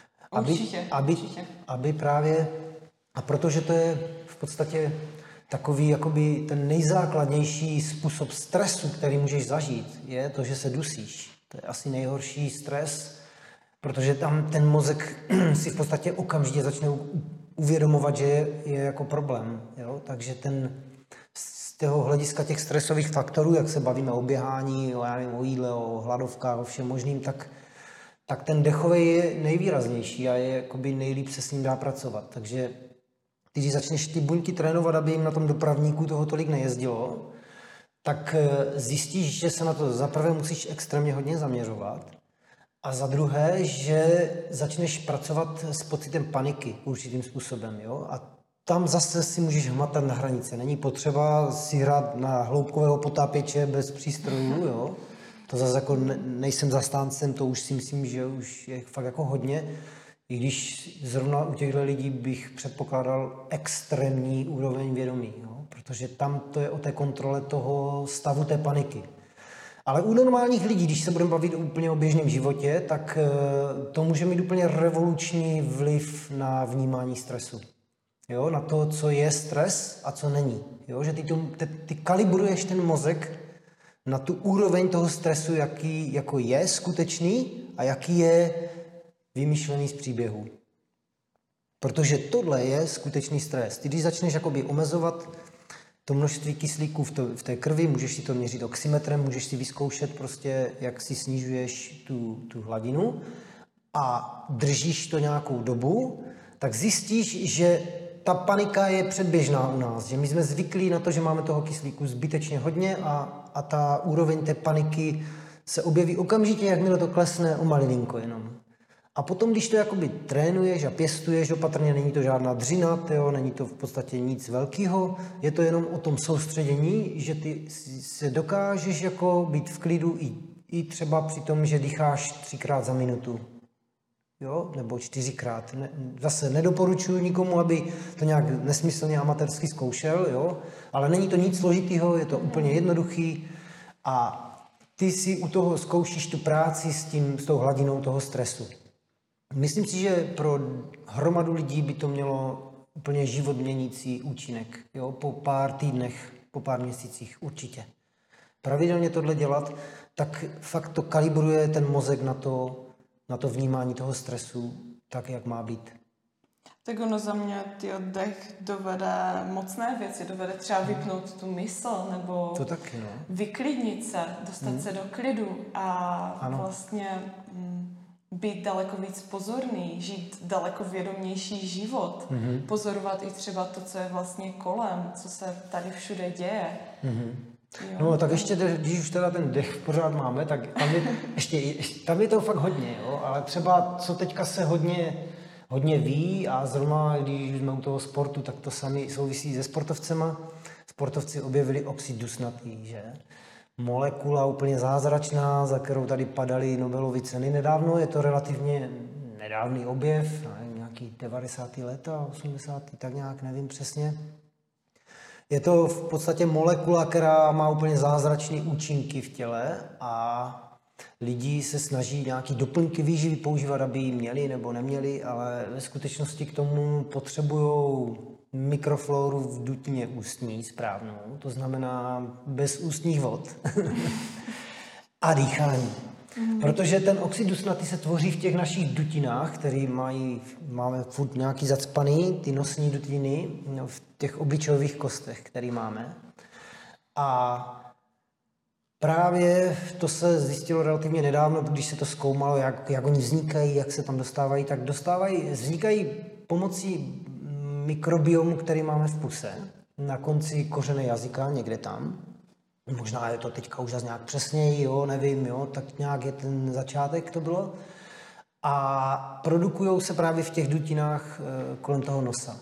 Aby právě, a protože to je v podstatě takový jakoby ten nejzákladnější způsob stresu, který můžeš zažít, je to, že se dusíš. To je asi nejhorší stres, protože tam ten mozek si v podstatě okamžitě začne uvědomovat, že je jako problém. Jo? Takže z toho hlediska těch stresových faktorů, jak se bavíme o běhání, o jídle, o hladovkách, o všem možným, tak ten dechový je nejvýraznější a je jakoby nejlíp se s ním dá pracovat. Takže když začneš ty buňky trénovat, aby jim na tom dopravníku toho tolik nejezdilo, tak zjistíš, že se na to za prvé musíš extrémně hodně zaměřovat a za druhé, že začneš pracovat s pocitem paniky určitým způsobem. Jo? A tam zase si můžeš hmatat na hranice. Není potřeba si hrát na hloubkového potápěče bez přístrojů, jo? To zase jako nejsem zastáncem, to už si myslím, že už je fakt jako hodně. I když zrovna u těchto lidí bych předpokládal extrémní úroveň vědomí, jo? Protože tam to je o té kontrole toho stavu té paniky. Ale u normálních lidí, když se budeme bavit úplně o běžném životě, tak to může mít úplně revoluční vliv na vnímání stresu. Jo? Na to, co je stres a co není. Jo? Že ty kalibruješ ten mozek na tu úroveň toho stresu, jaký jako je skutečný a jaký je vymyšlený z příběhu. Protože tohle je skutečný stres. Ty, když začneš jakoby omezovat to množství kyslíků v té krvi, můžeš si to měřit oximetrem, můžeš si vyzkoušet prostě, jak si snižuješ tu hladinu a držíš to nějakou dobu, tak zjistíš, že ta panika je předběžná u nás, že my jsme zvyklí na to, že máme toho kyslíku zbytečně hodně a ta úroveň té paniky se objeví okamžitě, jakmile to klesne o malilinko jenom. A potom, když to jakoby trénuješ a pěstuješ, opatrně, není to žádná dřina, není to v podstatě nic velkého, je to jenom o tom soustředění, že ty se dokážeš jako být v klidu i třeba při tom, že dýcháš 3krát za minutu. Jo? Nebo 4krát. Zase nedoporučuji nikomu, aby to nějak nesmyslně amatérsky zkoušel, jo? Ale není to nic složitého, je to úplně jednoduchý a ty si u toho zkoušíš tu práci s tou hladinou toho stresu. Myslím si, že pro hromadu lidí by to mělo úplně život měnící účinek. Jo? Po pár týdnech, po pár měsících určitě. Pravidelně tohle dělat, tak fakt to kalibruje ten mozek na to vnímání toho stresu tak, jak má být. Tak ono za mě ty oddech dovede mocné věci, dovede třeba vypnout tu mysl nebo to taky, no. Vyklidnit se, dostat se do klidu a vlastně být daleko víc pozorný, žít daleko vědomější život, pozorovat i třeba to, co je vlastně kolem, co se tady všude děje. Jo, no tak ještě, když už teda ten dech pořád máme, tak tam je to fakt hodně, jo? Ale třeba co teďka se hodně ví a zrovna když jsme u toho sportu, tak to sami souvisí se sportovcema. Sportovci objevili oxid dusnatý, že? Molekula úplně zázračná, za kterou tady padaly Nobelovy ceny nedávno, je to relativně nedávný objev, nějaký 90. leta, 80. tak nějak, nevím přesně. Je to v podstatě molekula, která má úplně zázračné účinky v těle a lidi se snaží nějaký doplňky výživy používat, aby ji měli nebo neměli, ale ve skutečnosti k tomu potřebují mikrofloru v dutině ústní správnou, to znamená bez ústních vod a dýchání. Protože ten oxid dusnatý se tvoří v těch našich dutinách, které máme furt nějaký zacpaný, ty nosní dutiny v těch obličejových kostech, které máme. A právě to se zjistilo relativně nedávno, když se to zkoumalo, jak oni vznikají, jak se tam dostávají, tak vznikají pomocí mikrobiomu, který máme v puse, na konci kořene jazyka, někde tam. Možná je to teďka už zase nějak přesněji, jo, nevím, jo, tak nějak je ten začátek to bylo. A produkujou se právě v těch dutinách kolem toho nosa.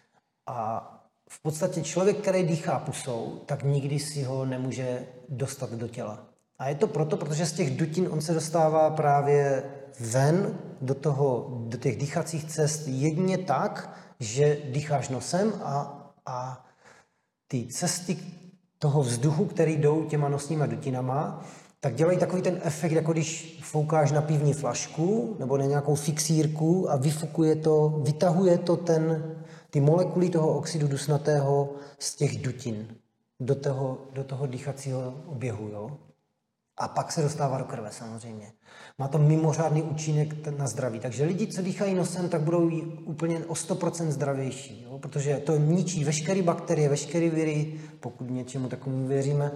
A v podstatě člověk, který dýchá pusou, tak nikdy si ho nemůže dostat do těla. A je to protože z těch dutin on se dostává právě ven do těch dýchacích cest jedině tak, že dýcháš nosem a ty cesty toho vzduchu, který jdou těma nosníma dutinama, tak dělají takový ten efekt, jako když foukáš na pivní flašku nebo na nějakou fixírku a vytahuje to ty molekuly toho oxidu dusnatého z těch dutin do toho dýchacího oběhu. Jo? A pak se dostává do krve samozřejmě. Má to mimořádný účinek na zdraví. Takže lidi, co dýchají nosem, tak budou úplně o 100% zdravější. Jo? Protože to ničí veškeré bakterie, veškeré viry, pokud něčemu takovému věříme,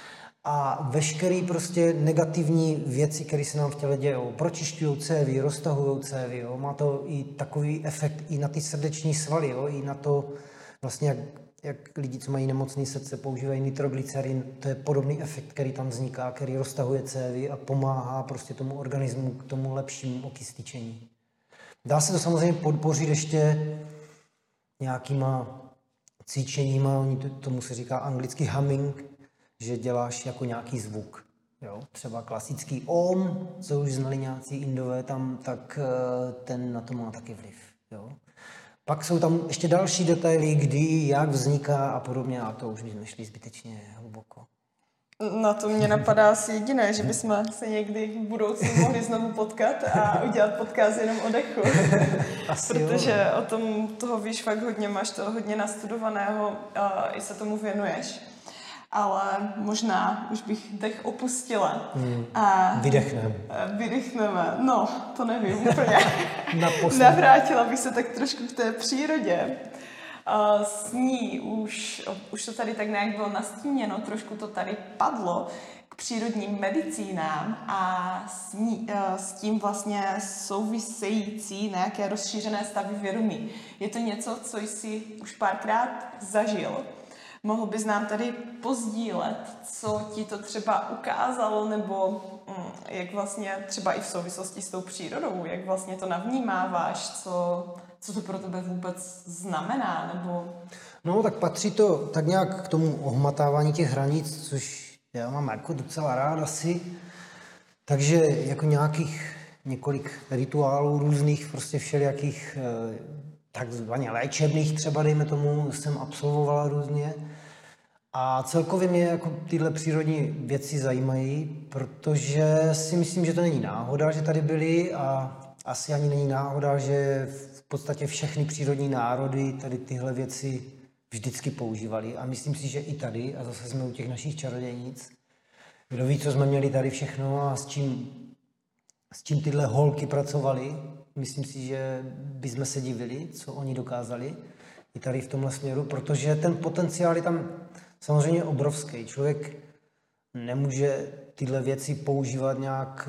a veškeré prostě negativní věci, které se nám v těle dějou. Pročišťují cévy, roztahují cévy. Jo? Má to i takový efekt i na ty srdeční svaly, jo? I na to vlastně, jak lidi, co mají nemocné srdce, používají nitroglycerin, to je podobný efekt, který tam vzniká, který roztahuje cévy a pomáhá prostě tomu organismu k tomu lepšímu okysličení. Dá se to samozřejmě podpořit ještě nějakýma cvičeníma, tomu se říká anglicky humming, že děláš jako nějaký zvuk. Jo? Třeba klasický om, co už znali nějací Indové tam, tak ten na to má taky vliv. Jo? Pak jsou tam ještě další detaily, kdy, jak vzniká a podobně, a to už bychom šli zbytečně hluboko. Na to mě napadá asi jediné, že bychom se někdy v budoucnu mohli znovu potkat a udělat podcast jenom o dechu. Protože o tom toho víš fakt hodně, máš toho hodně nastudovaného a i se tomu věnuješ. Ale možná už bych dech opustila. A vydechneme. No, to nevím úplně. Navrátila bych se tak trošku k té přírodě. S ní už to tady tak nějak bylo nastíněno, trošku to tady padlo k přírodním medicínám a s tím vlastně související nějaké rozšířené stavy vědomí. Je to něco, co jsi už párkrát zažil. Mohl bys nám tady pozdílet, co ti to třeba ukázalo, nebo jak vlastně třeba i v souvislosti s tou přírodou, jak vlastně to navnímáváš, co to pro tebe vůbec znamená, nebo... No, tak patří to tak nějak k tomu ohmatávání těch hranic, což já mám jako docela rád asi. Takže jako nějakých několik rituálů různých, prostě všelijakých takzvaně léčebných třeba, dejme tomu, jsem absolvovala různě. A celkově mě jako tyhle přírodní věci zajímají, protože si myslím, že to není náhoda, že tady byly a asi ani není náhoda, že v podstatě všechny přírodní národy tady tyhle věci vždycky používali. A myslím si, že i tady, a zase jsme u těch našich čarodějnic, kdo ví, co jsme měli tady všechno a s čím tyhle holky pracovaly. Myslím si, že bychom se divili, co oni dokázali i tady v tomhle směru, protože ten potenciál je tam samozřejmě obrovský. Člověk nemůže tyhle věci používat nějak...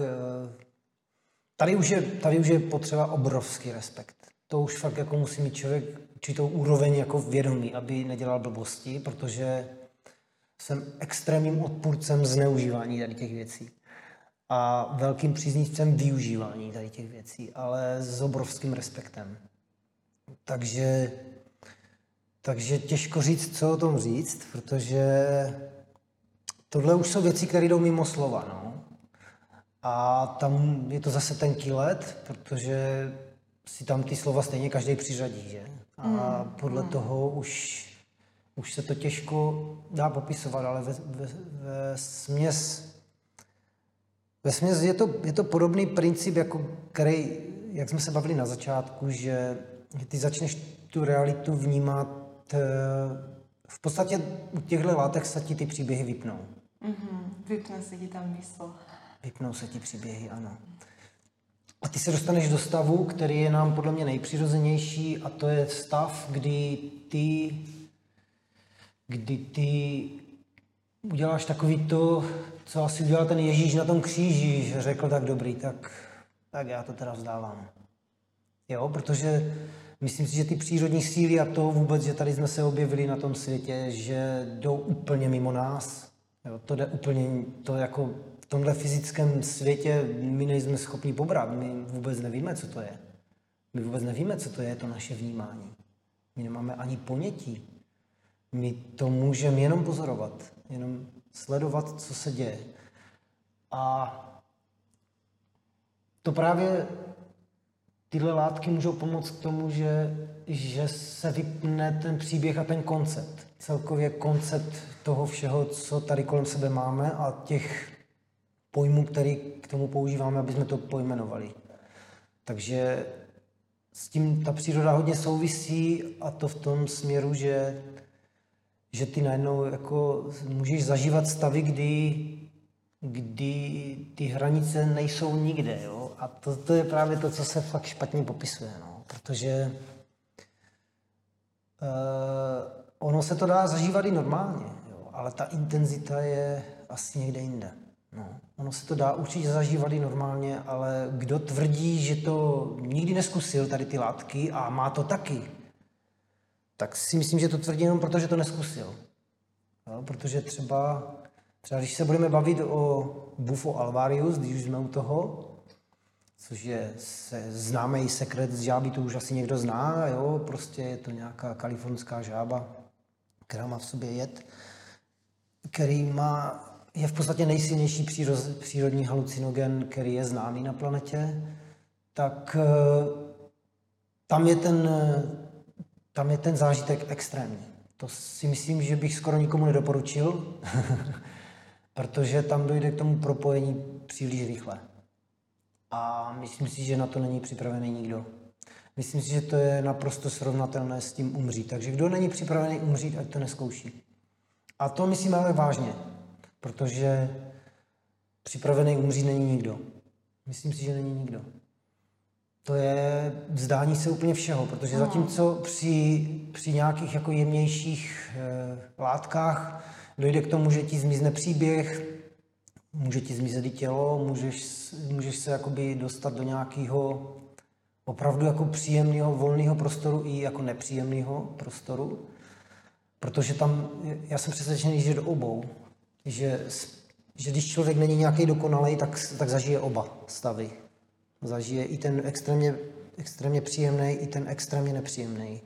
Tady už je potřeba obrovský respekt. To už fakt jako musí mít člověk určitou úroveň jako vědomí, aby nedělal blbosti, protože jsem extrémním odpůrcem zneužívání tady těch věcí a velkým příznivcem využívání tady těch věcí, ale s obrovským respektem. Takže těžko říct, co o tom říct, protože tohle už jsou věci, které jdou mimo slova, no. A tam je to zase tenký led, protože si tam ty slova stejně každý přiřadí, že? A podle toho už se to těžko dá popisovat, ale ve směs je to podobný princip, jako který, jak jsme se bavili na začátku, že ty začneš tu realitu vnímat, v podstatě u těchto látek se ti ty příběhy vypnou. Vypne se ti tam mysl. Vypnou se ti příběhy, ano. A ty se dostaneš do stavu, který je nám podle mě nejpřirozenější, a to je stav, kdy ty uděláš takový to, co asi udělal ten Ježíš na tom kříži, že řekl tak dobrý, tak já to teda vzdávám. Jo, protože myslím si, že ty přírodní síly a to vůbec, že tady jsme se objevili na tom světě, že jdou úplně mimo nás. Jo, to jde úplně, to jako v tomhle fyzickém světě my nejsme schopni pobrat, my vůbec nevíme, co to je. My vůbec nevíme, co to je to naše vnímání. My nemáme ani ponětí. My to můžeme jenom pozorovat, jenom sledovat, co se děje. A to právě tyhle látky můžou pomoct k tomu, že se vypne ten příběh a ten koncept. Celkově koncept toho všeho, co tady kolem sebe máme a těch pojmů, který k tomu používáme, aby jsme to pojmenovali. Takže s tím ta příroda hodně souvisí, a to v tom směru, že ty najednou jako můžeš zažívat stavy, kdy ty hranice nejsou nikde. Jo? A to je právě to, co se fakt špatně popisuje. No? Protože ono se to dá zažívat i normálně, jo? Ale ta intenzita je asi někde jinde. No. Ono se to dá určitě zažívat i normálně, ale kdo tvrdí, že to nikdy neskusil, tady ty látky, a má to taky, tak si myslím, že to tvrdí jenom proto, že to neskusil. No, protože třeba když se budeme bavit o Bufo alvarius, když už jsme u toho, což je známý sekret z žáby, to už asi někdo zná, jo? Prostě je to nějaká kalifornská žába, která má v sobě jed, který je v podstatě nejsilnější přírodní halucinogen, který je známý na planetě, tak tam je ten zážitek extrémní. To si myslím, že bych skoro nikomu nedoporučil, protože tam dojde k tomu propojení příliš rychle. A myslím si, že na to není připravený nikdo. Myslím si, že to je naprosto srovnatelné s tím umřít. Takže kdo není připravený umřít, ať to nezkouší. A to myslím ale vážně, protože připravený umřít není nikdo. Myslím si, že není nikdo. To je vzdání se úplně všeho, protože zatímco při nějakých jako jemnějších látkách dojde k tomu, že ti zmizne příběh, může ti zmizet i tělo, můžeš se jakoby dostat do nějakého opravdu jako příjemného, volného prostoru i jako nepříjemného prostoru. Protože tam, já jsem přesvědčený, že do obou, že když člověk není nějaký dokonalý, tak zažije oba stavy. Zažije i ten extrémně příjemný, i ten extrémně nepříjemný.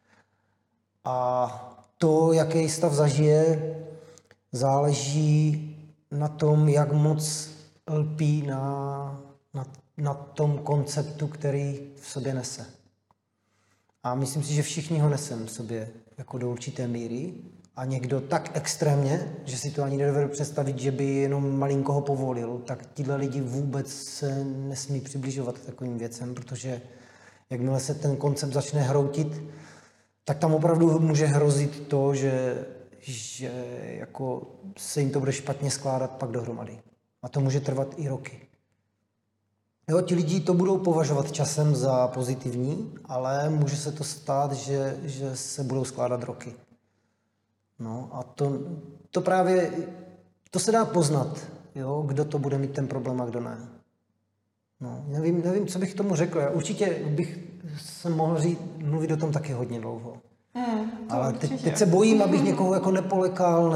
A to, jaký stav zažije, záleží na tom, jak moc lpí na tom konceptu, který v sobě nese. A myslím si, že všichni ho neseme v sobě jako do určité míry. A někdo tak extrémně, že si to ani nedovedu představit, že by jenom malinko ho povolil, tak tihle lidi vůbec se nesmí přibližovat takovým věcem, protože jakmile se ten koncept začne hroutit, tak tam opravdu může hrozit to, že jako se jim to bude špatně skládat pak dohromady. A to může trvat i roky. Jo, ti lidi to budou považovat časem za pozitivní, ale může se to stát, že se budou skládat roky. No a to právě, to se dá poznat, jo, kdo to bude mít ten problém a kdo ne. No, nevím, co bych tomu řekl. Já určitě bych se mohl mluvit o tom taky hodně dlouho. Ale teď se bojím, abych někoho jako nepolekal,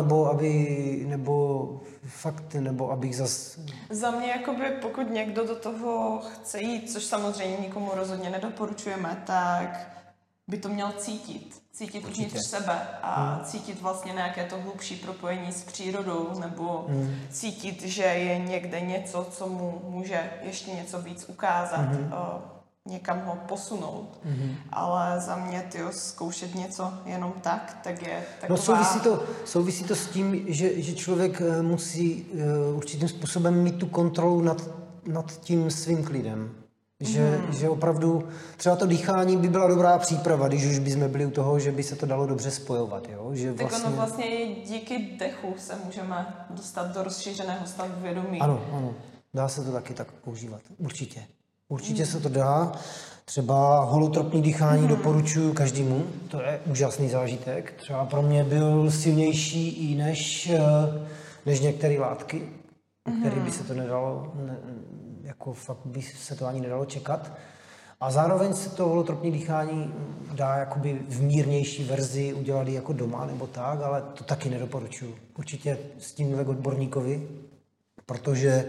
nebo abych zas... Za mě, jakoby, pokud někdo do toho chce jít, což samozřejmě nikomu rozhodně nedoporučujeme, tak by to měl cítit. Cítit uvnitř sebe a cítit vlastně nějaké to hlubší propojení s přírodou, nebo cítit, že je někde něco, co mu může ještě něco víc ukázat, někam ho posunout. Ale za mě, zkoušet něco jenom tak je taková... No souvisí to s tím, že člověk musí určitým způsobem mít tu kontrolu nad tím svým klidem. Že opravdu třeba to dýchání by byla dobrá příprava, když už bychom byli u toho, že by se to dalo dobře spojovat. Jo? Že tak ono vlastně díky dechu se můžeme dostat do rozšířeného stavu vědomí. Ano, dá se to taky tak používat. Určitě se to dá. Třeba holotropní dýchání doporučuji každému, to je úžasný zážitek. Třeba pro mě byl silnější i než některé látky, které by se to nedalo, jako fakt by se to ani nedalo čekat. A zároveň se to holotropní dýchání dá jakoby v mírnější verzi udělat i jako doma nebo tak, ale to taky nedoporučuji. Určitě s tímhle odborníkovi, protože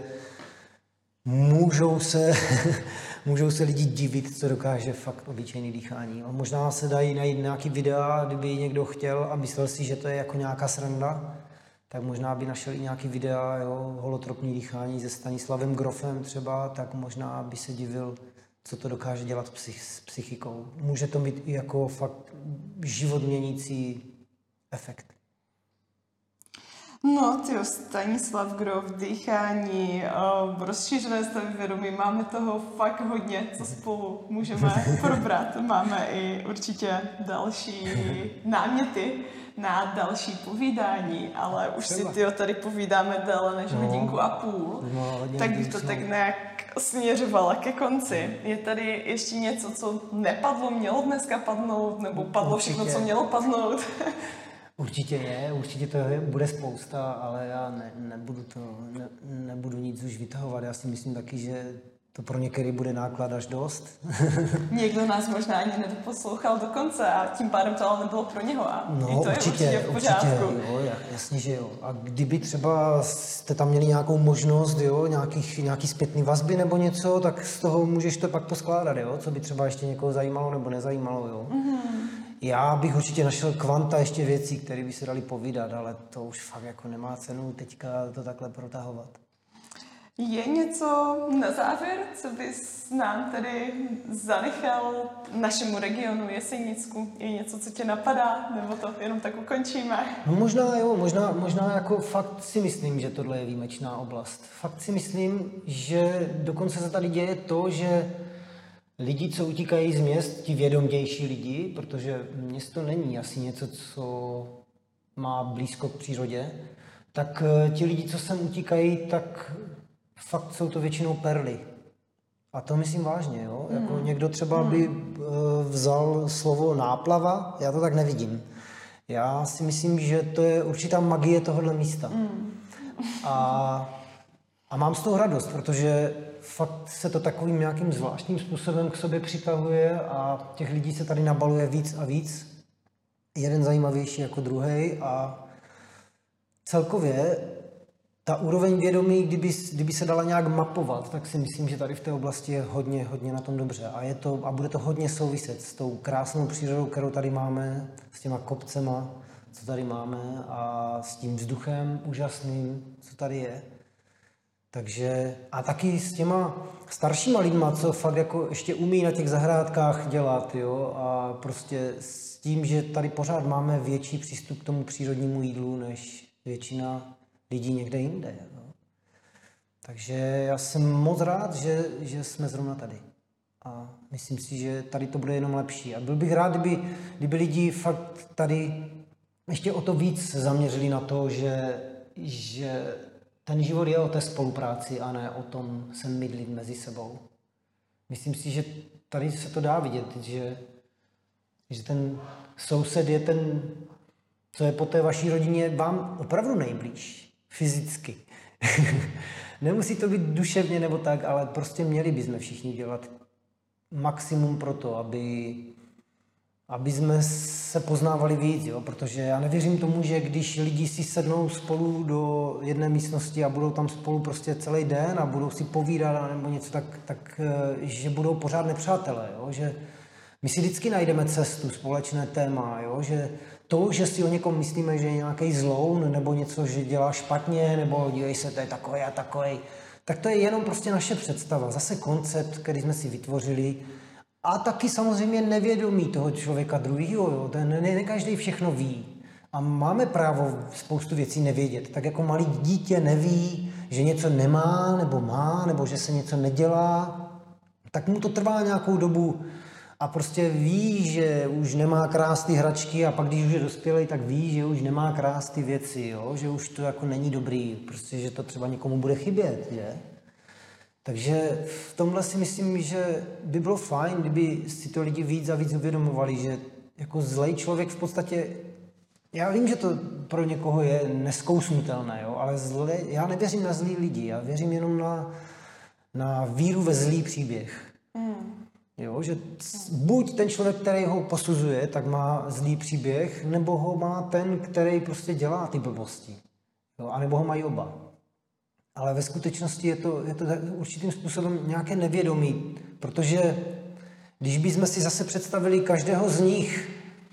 můžou se lidi divit, co dokáže fakt obyčejný dýchání. A možná se dají najít nějaký videa, kdyby někdo chtěl a myslel si, že to je jako nějaká sranda, tak možná by našel i nějaký videa, jo, holotropní dýchání se Stanislavem Grofem třeba, tak možná by se divil, co to dokáže dělat s psychikou. Může to mít i jako fakt životměnící efekt. No, Stanislav Grof, dýchání, rozšířené stavy vědomí, máme toho fakt hodně, co spolu můžeme probrat. Máme i určitě další náměty na další povídání, ale už si tady povídáme déle než hodinku a půl, tak bych to tak nějak směřovala ke konci. Je tady ještě něco, co nepadlo, mělo dneska padnout, nebo padlo všechno, co mělo padnout? Určitě to bude spousta, ale já nebudu nic už vytahovat. Já si myslím taky, že to pro některý bude náklad až dost. Někdo nás možná ani nedoposlouchal do konce a tím pádem to ale nebylo pro něho a to je určitě v pořádku. Jo, jasně, že jo. A kdyby třeba jste tam měli nějakou možnost, jo, nějaký zpětný vazby nebo něco, tak z toho můžeš to pak poskládat, jo, co by třeba ještě někoho zajímalo nebo nezajímalo, jo. Já bych určitě našel kvanta ještě věcí, které by se daly povídat, ale to už fakt jako nemá cenu teďka to takhle protahovat. Je něco na závěr, co bys nám tady zanechal našemu regionu Jesenicku? Je něco, co tě napadá, nebo to jenom tak ukončíme? No možná jako fakt si myslím, že tohle je výjimečná oblast. Fakt si myslím, že dokonce se tady děje to, že lidi, co utíkají z měst, ti vědomější lidi, protože město není asi něco, co má blízko k přírodě, tak ti lidi, co sem utíkají, tak fakt jsou to většinou perly. A to myslím vážně, jo? Jako někdo třeba by vzal slovo náplava, já to tak nevidím. Já si myslím, že to je určitá magie tohohle místa. A mám z toho radost, protože fakt se to takovým nějakým zvláštním způsobem k sobě přitahuje a těch lidí se tady nabaluje víc a víc. jeden zajímavější jako druhý a celkově ta úroveň vědomí, kdyby se dala nějak mapovat, tak si myslím, že tady v té oblasti je hodně na tom dobře. A bude to hodně souviset s tou krásnou přírodou, kterou tady máme, s těma kopcema, co tady máme a s tím vzduchem úžasným, co tady je. Takže a taky s těma staršíma lidma, co fakt jako ještě umí na těch zahrádkách dělat, jo, a prostě s tím, že tady pořád máme větší přístup k tomu přírodnímu jídlu, než většina lidí někde jinde. Jo. Takže já jsem moc rád, že jsme zrovna tady. A myslím si, že tady to bude jenom lepší. A byl bych rád, kdyby lidi fakt tady ještě o to víc zaměřili na to, že ten život je o té spolupráci a ne o tom se mydlit mezi sebou. Myslím si, že tady se to dá vidět, že ten soused je ten, co je po té vaší rodině vám opravdu nejblíž, fyzicky. Nemusí to být duševně nebo tak, ale prostě měli bychom všichni dělat maximum pro to, aby jsme se poznávali víc, jo? Protože já nevěřím tomu, že když lidi si sednou spolu do jedné místnosti a budou tam spolu prostě celý den a budou si povídat nebo něco, tak že budou pořád nepřátelé, jo? Že my si vždycky najdeme cestu, společné téma, jo? Že to, že si o někom myslíme, že je nějaký zloun nebo něco, že dělá špatně, nebo dívej se, to je takový a takový, tak to je jenom prostě naše představa, zase koncept, který jsme si vytvořili. A taky samozřejmě nevědomí toho člověka druhýho, jo. Ne každý všechno ví. A máme právo spoustu věcí nevědět. Tak jako malý dítě neví, že něco nemá, nebo má, nebo že se něco nedělá, tak mu to trvá nějakou dobu a prostě ví, že už nemá krást ty hračky a pak, když už je dospělý, tak ví, že už nemá krást ty věci, jo. Že už to jako není dobrý, prostě, že to třeba někomu bude chybět, že? Takže v tomhle si myslím, že by bylo fajn, kdyby si to lidi víc a víc uvědomovali, že jako zlej člověk v podstatě, já vím, že to pro někoho je nezkousnutelné, jo, ale já nevěřím na zlý lidi, já věřím jenom na víru ve zlý příběh. Jo, že buď ten člověk, který ho posuzuje, tak má zlý příběh, nebo ho má ten, který prostě dělá ty blbosti. Jo, a nebo ho mají oba. Ale ve skutečnosti je to určitým způsobem nějaké nevědomí, protože když bychom si zase představili každého z nich,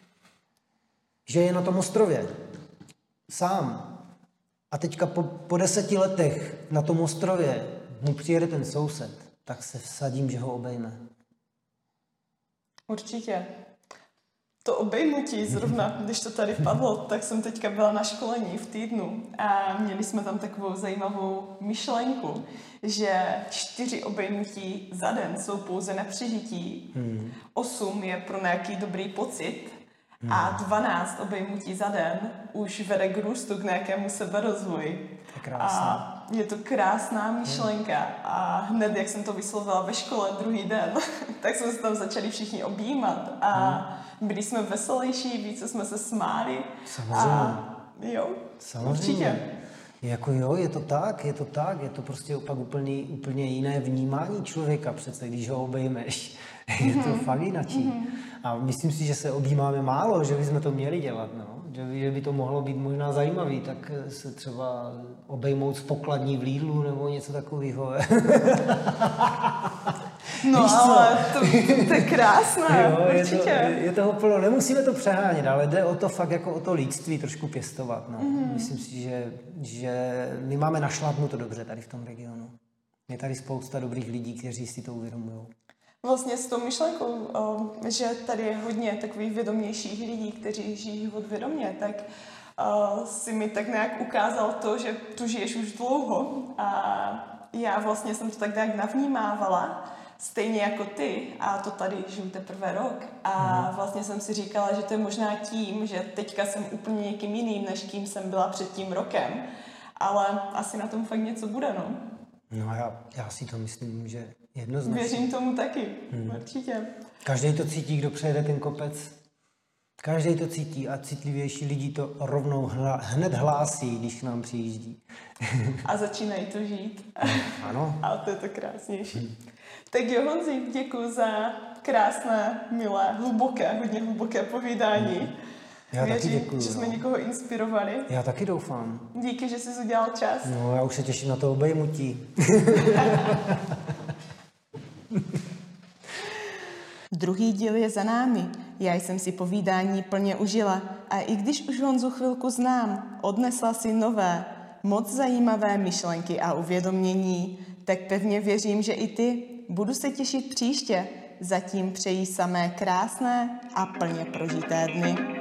že je na tom ostrově sám a teďka po 10 letech na tom ostrově mu přijede ten soused, tak se vsadím, že ho obejme. Určitě. To obejmutí zrovna, když to tady padlo, tak jsem teďka byla na školení v týdnu a měli jsme tam takovou zajímavou myšlenku, že 4 obejmutí za den jsou pouze na přežití, 8 je pro nějaký dobrý pocit a 12 obejmutí za den už vede k růstu, k nějakému seberozvoji. A je to krásná myšlenka a hned, jak jsem to vyslovila ve škole druhý den, tak jsme se tam začali všichni objímat a byli jsme veselější, více jsme se smáli. Samozřejmě. Jo, samozřejmě. Určitě. Jako jo, je to tak, je to prostě opak úplně jiné vnímání člověka přece, když ho obejmeš. Je to fakt jinačí. A myslím si, že se objímáme málo, že bychom to měli dělat, no. Že by to mohlo být možná zajímavý, tak se třeba obejmout z pokladní v Lidlu nebo něco takového. No ale to je krásné, jo, určitě. Je toho plno, nemusíme to přehánět, ale jde o to fakt jako o to lidství trošku pěstovat. No. Myslím si, že my máme našlapnuto dobře tady v tom regionu. Je tady spousta dobrých lidí, kteří si to uvědomují. Vlastně s tou myšlenkou, že tady je hodně takových vědomějších lidí, kteří žijí život vědomě, tak si mi tak nějak ukázal to, že tu žiješ už dlouho a já vlastně jsem to tak nějak navnímávala, stejně jako ty, a to tady žiju teprve rok a vlastně jsem si říkala, že to je možná tím, že teďka jsem úplně někým jiným, než kým jsem byla před tím rokem, ale asi na tom fakt něco bude, no. No já si to myslím, že jednoznačně. Věřím tomu taky, určitě. Každý to cítí, kdo přejede ten kopec. Každý to cítí a citlivější lidi to rovnou hned hlásí, když k nám přijíždí. A začínají to žít. Ano. A to je to krásnější. Tak jo, Honzi, děkuji za krásné, milé, hodně hluboké povídání. Já taky Věřím, děkuju. že jsme někoho inspirovali. Já taky doufám. Díky, že jsi udělal čas. No, já už se těším na to obejmutí. Druhý díl je za námi. Já jsem si povídání plně užila a i když už Honzu chvilku znám, odnesla si nové, moc zajímavé myšlenky a uvědomění, tak pevně věřím, že i ty. Budu se těšit příště. Zatím přeji samé krásné a plně prožité dny.